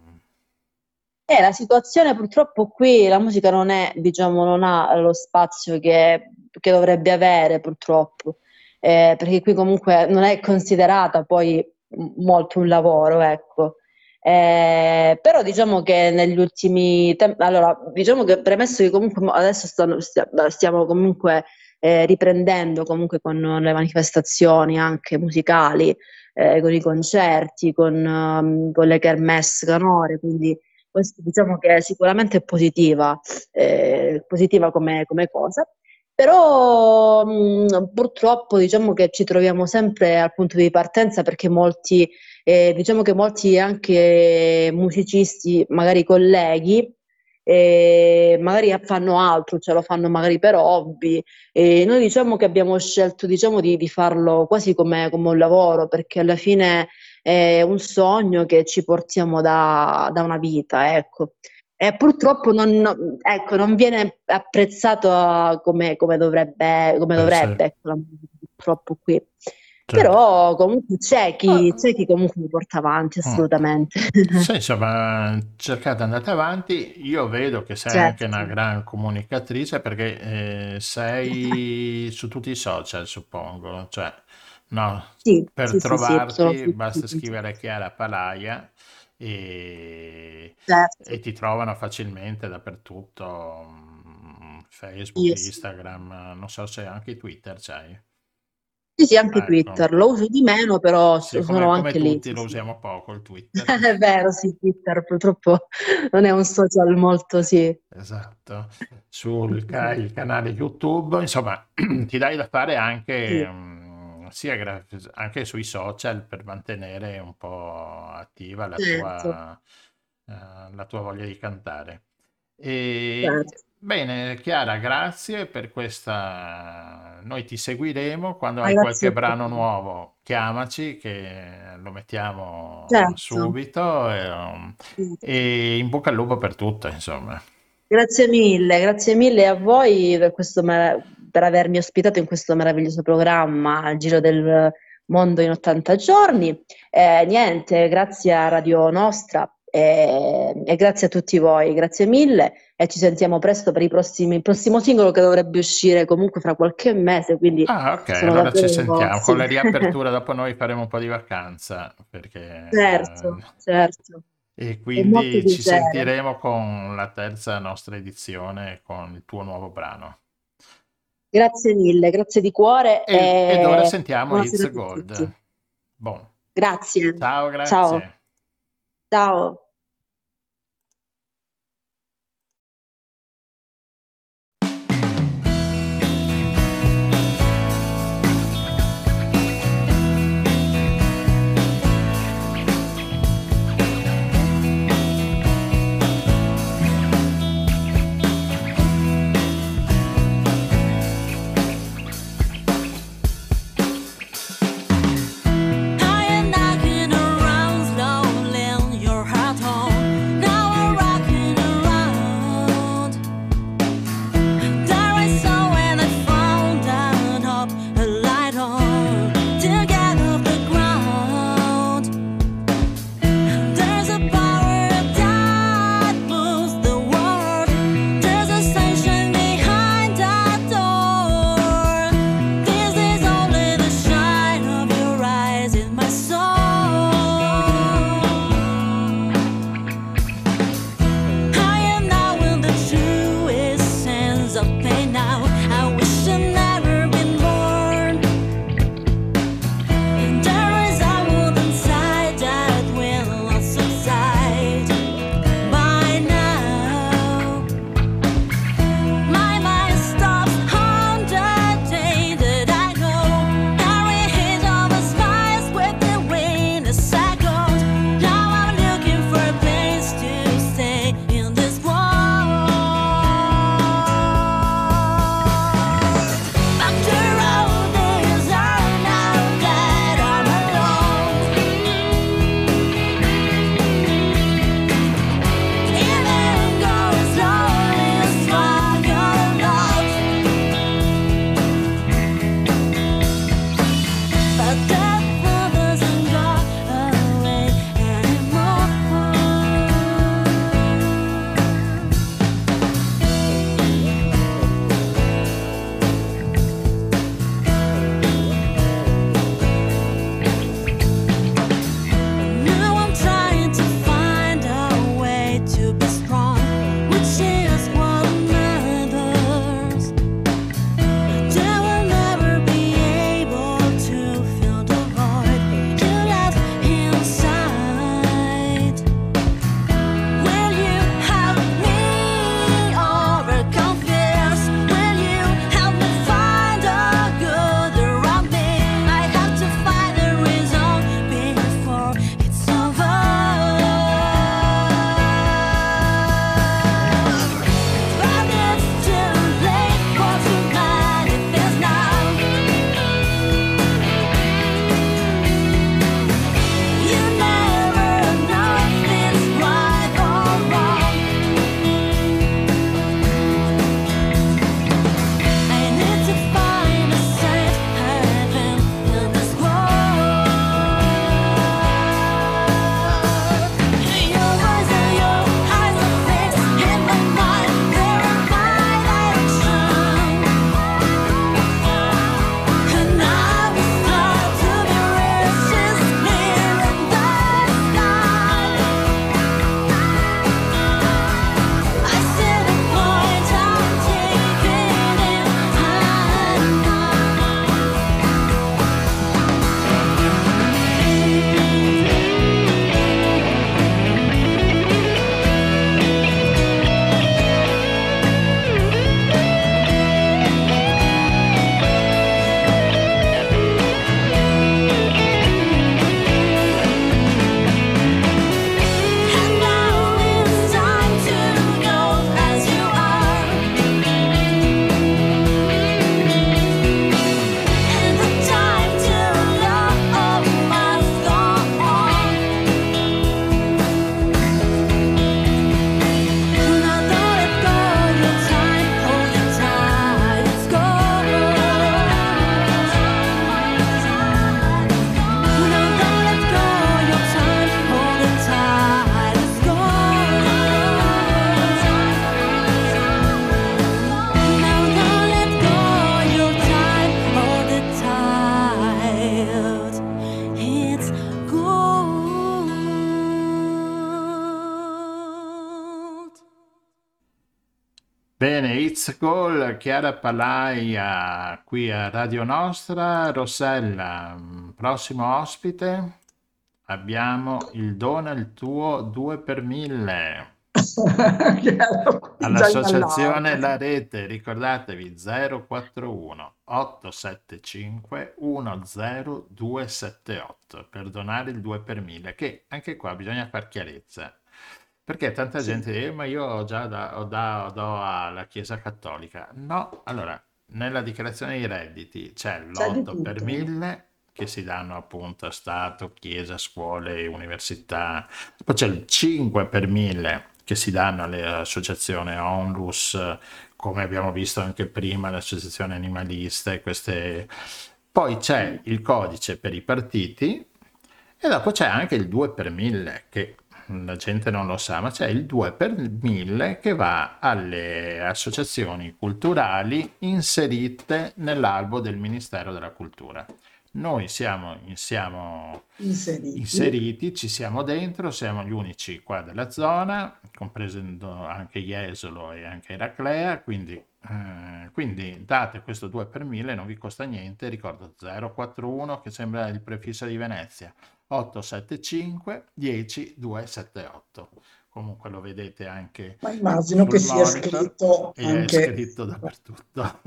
Eh, la situazione purtroppo qui, la musica non è, diciamo, non ha lo spazio che, che dovrebbe avere purtroppo. Eh, perché qui comunque non è considerata poi m- molto un lavoro, ecco. Eh, però diciamo che negli ultimi tempi, allora, diciamo che premesso che comunque mo- adesso stanno- stia- stiamo comunque eh, riprendendo comunque con le manifestazioni anche musicali, eh, con i concerti, con, ehm, con le kermesse canore, quindi questo diciamo che sicuramente è positiva, eh, positiva come, come cosa. Però mh, purtroppo diciamo che ci troviamo sempre al punto di partenza perché molti, eh, diciamo che molti anche musicisti, magari colleghi, eh, magari fanno altro, cioè lo fanno magari per hobby. E noi diciamo che abbiamo scelto diciamo, di, di farlo quasi come, come un lavoro perché alla fine è un sogno che ci portiamo da, da una vita, ecco. E purtroppo non, non- ecco, non viene apprezzato come, come dovrebbe, come Eh sì, dovrebbe, ecco, la musica, purtroppo qui. certo. Però comunque c'è chi, Ah, c'è chi comunque mi porta avanti, mm. assolutamente. Sì, insomma, cercate, andate avanti. Io vedo che sei anche una Certo, gran comunicatrice perché eh, sei su tutti i social, suppongo. Cioè, no, sì, per sì, sì, sì, sono trovarti basta felice. scrivere Chiara Palaia e, e Certo, ti trovano facilmente dappertutto. mm, Facebook, io sì. Instagram, non so se anche Twitter c'hai. Sì, sì, anche Ecco, Twitter, lo uso di meno, però sì, so- come, sono come anche lì, tutti sì, lo sì. usiamo poco il Twitter. È vero, sì, Twitter purtroppo non è un social molto, sì. Esatto, sul ca- il canale YouTube, insomma, ti dai da fare anche, Sì, mm, sia gra- anche sui social per mantenere un po' attiva la certo, tua, eh, la tua voglia di cantare. E certo. Bene, Chiara, grazie per questa. Noi ti seguiremo quando Ma hai grazie qualche a brano te. nuovo, chiamaci che lo mettiamo Certo. subito e, um, Certo. e in bocca al lupo per tutto, insomma. Grazie mille, grazie mille a voi per questo merav- per avermi ospitato in questo meraviglioso programma al Giro del Mondo in ottanta giorni. Eh, niente, grazie a Radio Nostra eh, e grazie a tutti voi, grazie mille e ci sentiamo presto per i prossimi, il prossimo singolo che dovrebbe uscire comunque fra qualche mese, quindi Ah, ok, sono allora ci davvero sentiamo. Con sì. la riapertura dopo noi faremo un po' di vacanza, perché Certo, certo, e con molto quindi ci piacere. sentiremo con la terza nostra edizione con il tuo nuovo brano. Grazie mille, grazie di cuore E, ed ora e sentiamo buona It's serata a Gold. tutti. Buon. Grazie. Ciao, Ciao. grazie. Ciao. I am knocking around slowly, your heart Bene, It's Call, Chiara Palaia qui a Radio Nostra. Rossella, mm, prossimo ospite abbiamo il Dona il tuo due per mille all'associazione La Rete. Ricordatevi zero quattro uno otto sette cinque uno zero due sette otto per donare il due per mille, che anche qua bisogna far chiarezza. Perché tanta Sì. gente dice, "Eh, ma io ho già da, ho da- do alla Chiesa Cattolica." No, allora, nella dichiarazione dei redditi c'è C'è di l'otto per tutto. mille che si danno appunto a Stato, Chiesa, scuole, università. Poi c'è il cinque per mille che si danno alle associazioni Onlus, eh, come abbiamo visto anche prima, le associazioni animaliste, queste. Poi c'è il codice per i partiti e dopo c'è anche il due per mille, che la gente non lo sa, ma c'è il due per mille che va alle associazioni culturali inserite nell'albo del Ministero della Cultura. Noi siamo, siamo Inseriti. inseriti, ci siamo dentro, siamo gli unici qua della zona, compreso anche Jesolo e anche Eraclea, quindi, eh, quindi date questo due per mille, non vi costa niente, ricordo zero quattro uno che sembra il prefisso di Venezia, otto sette cinque dieci due sette otto. Comunque lo vedete anche Ma immagino sul che sia monitor scritto e è anche... scritto dappertutto.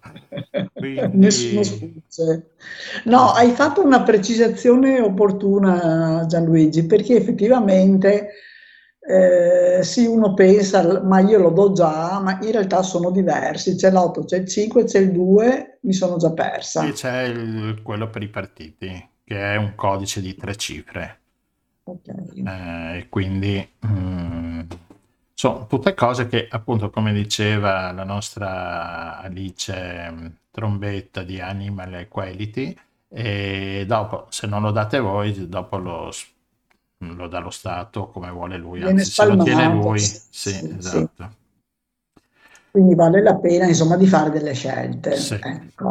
Nessuno Quindi sfugge. No, hai fatto una precisazione opportuna, Gianluigi, perché effettivamente eh, sì, uno pensa, ma io lo do già, ma in realtà sono diversi. C'è l'otto, c'è il cinque, c'è il due, mi sono già e persa. c'è il- quello per i partiti, che è un codice di tre cifre. Ok. Eh, e quindi mm, sono tutte cose che appunto, come diceva la nostra Alice mm, Trombetta di Animal Equality, e dopo se non lo date voi, dopo lo, s- lo dà lo Stato come vuole lui, Viene anzi se lo tiene spalmato, lui, sì, sì, sì, sì. esatto. Quindi vale la pena, insomma, di fare delle scelte. Sì. Ecco.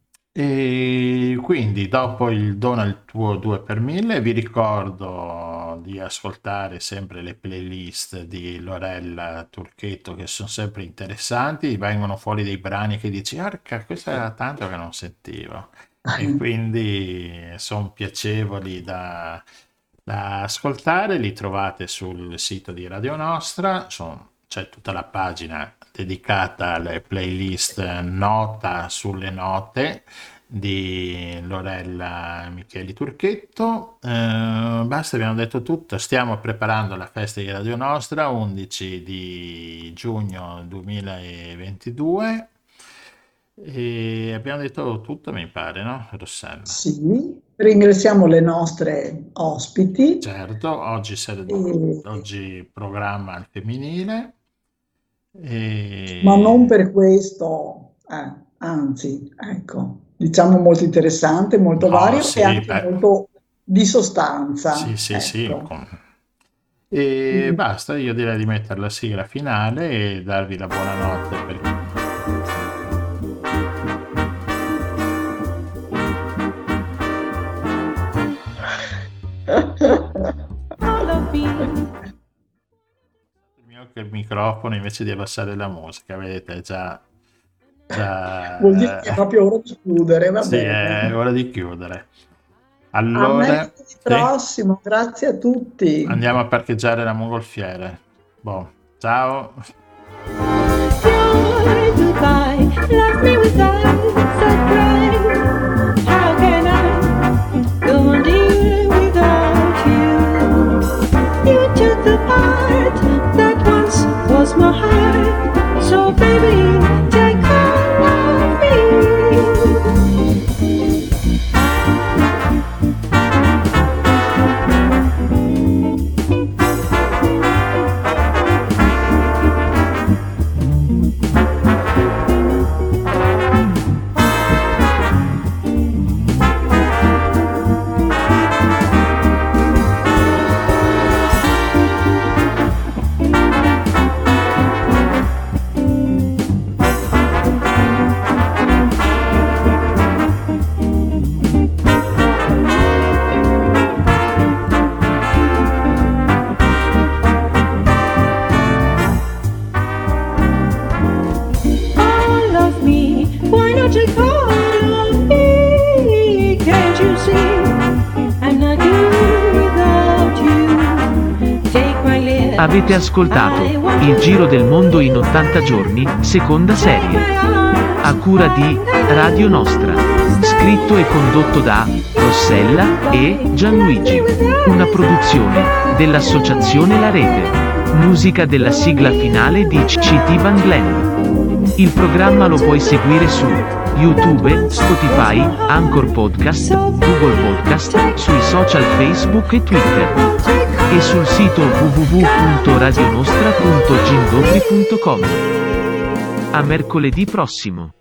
E quindi dopo il dona il tuo due per mille vi ricordo di ascoltare sempre le playlist di Lorella Turchetto, che sono sempre interessanti, vengono fuori dei brani che dici arca, questo era tanto che non sentivo, e quindi sono piacevoli da, da ascoltare. Li trovate sul sito di Radio Nostra, son- c'è tutta la pagina dedicata alle playlist, eh, nota sulle note di Lorella Micheli Turchetto. Eh, basta, abbiamo detto tutto. Stiamo preparando la festa di Radio Nostra undici di giugno duemilaventidue e abbiamo detto tutto, mi pare, no, Rossella? Sì, ringraziamo le nostre ospiti. Certo, oggi, sare- E- oggi programma al femminile. E... Ma non per questo, eh, anzi, ecco, diciamo molto interessante, molto No, vario sì, e anche beh, molto di sostanza. sì, sì, sì. Ecco. con- E Mm. basta, io direi di mettere la sigla finale e darvi la buonanotte per... il mio che il microfono invece di abbassare la musica, vedete, è già... già... Vuol dire che è proprio ora di chiudere, va Sì, bene. è ora di chiudere. A Allora, mercoledì sì, prossimo, grazie a tutti. andiamo a parcheggiare la mongolfiere. Boh, ciao. Goodbye, love me without surprise. How can I go on dear without you? You took the part that once was my heart. So baby, take hold of me. Avete ascoltato Il Giro del Mondo in ottanta giorni, seconda serie. A cura di Radio Nostra. Scritto e condotto da Rossella e Gianluigi. Una produzione dell'associazione La Rete. Musica della sigla finale di C T Van Glen. Il programma lo puoi seguire su YouTube, Spotify, Anchor Podcast, Google Podcast, sui social Facebook e Twitter. E sul sito w w w punto radionostra punto gindopri punto com. A mercoledì prossimo.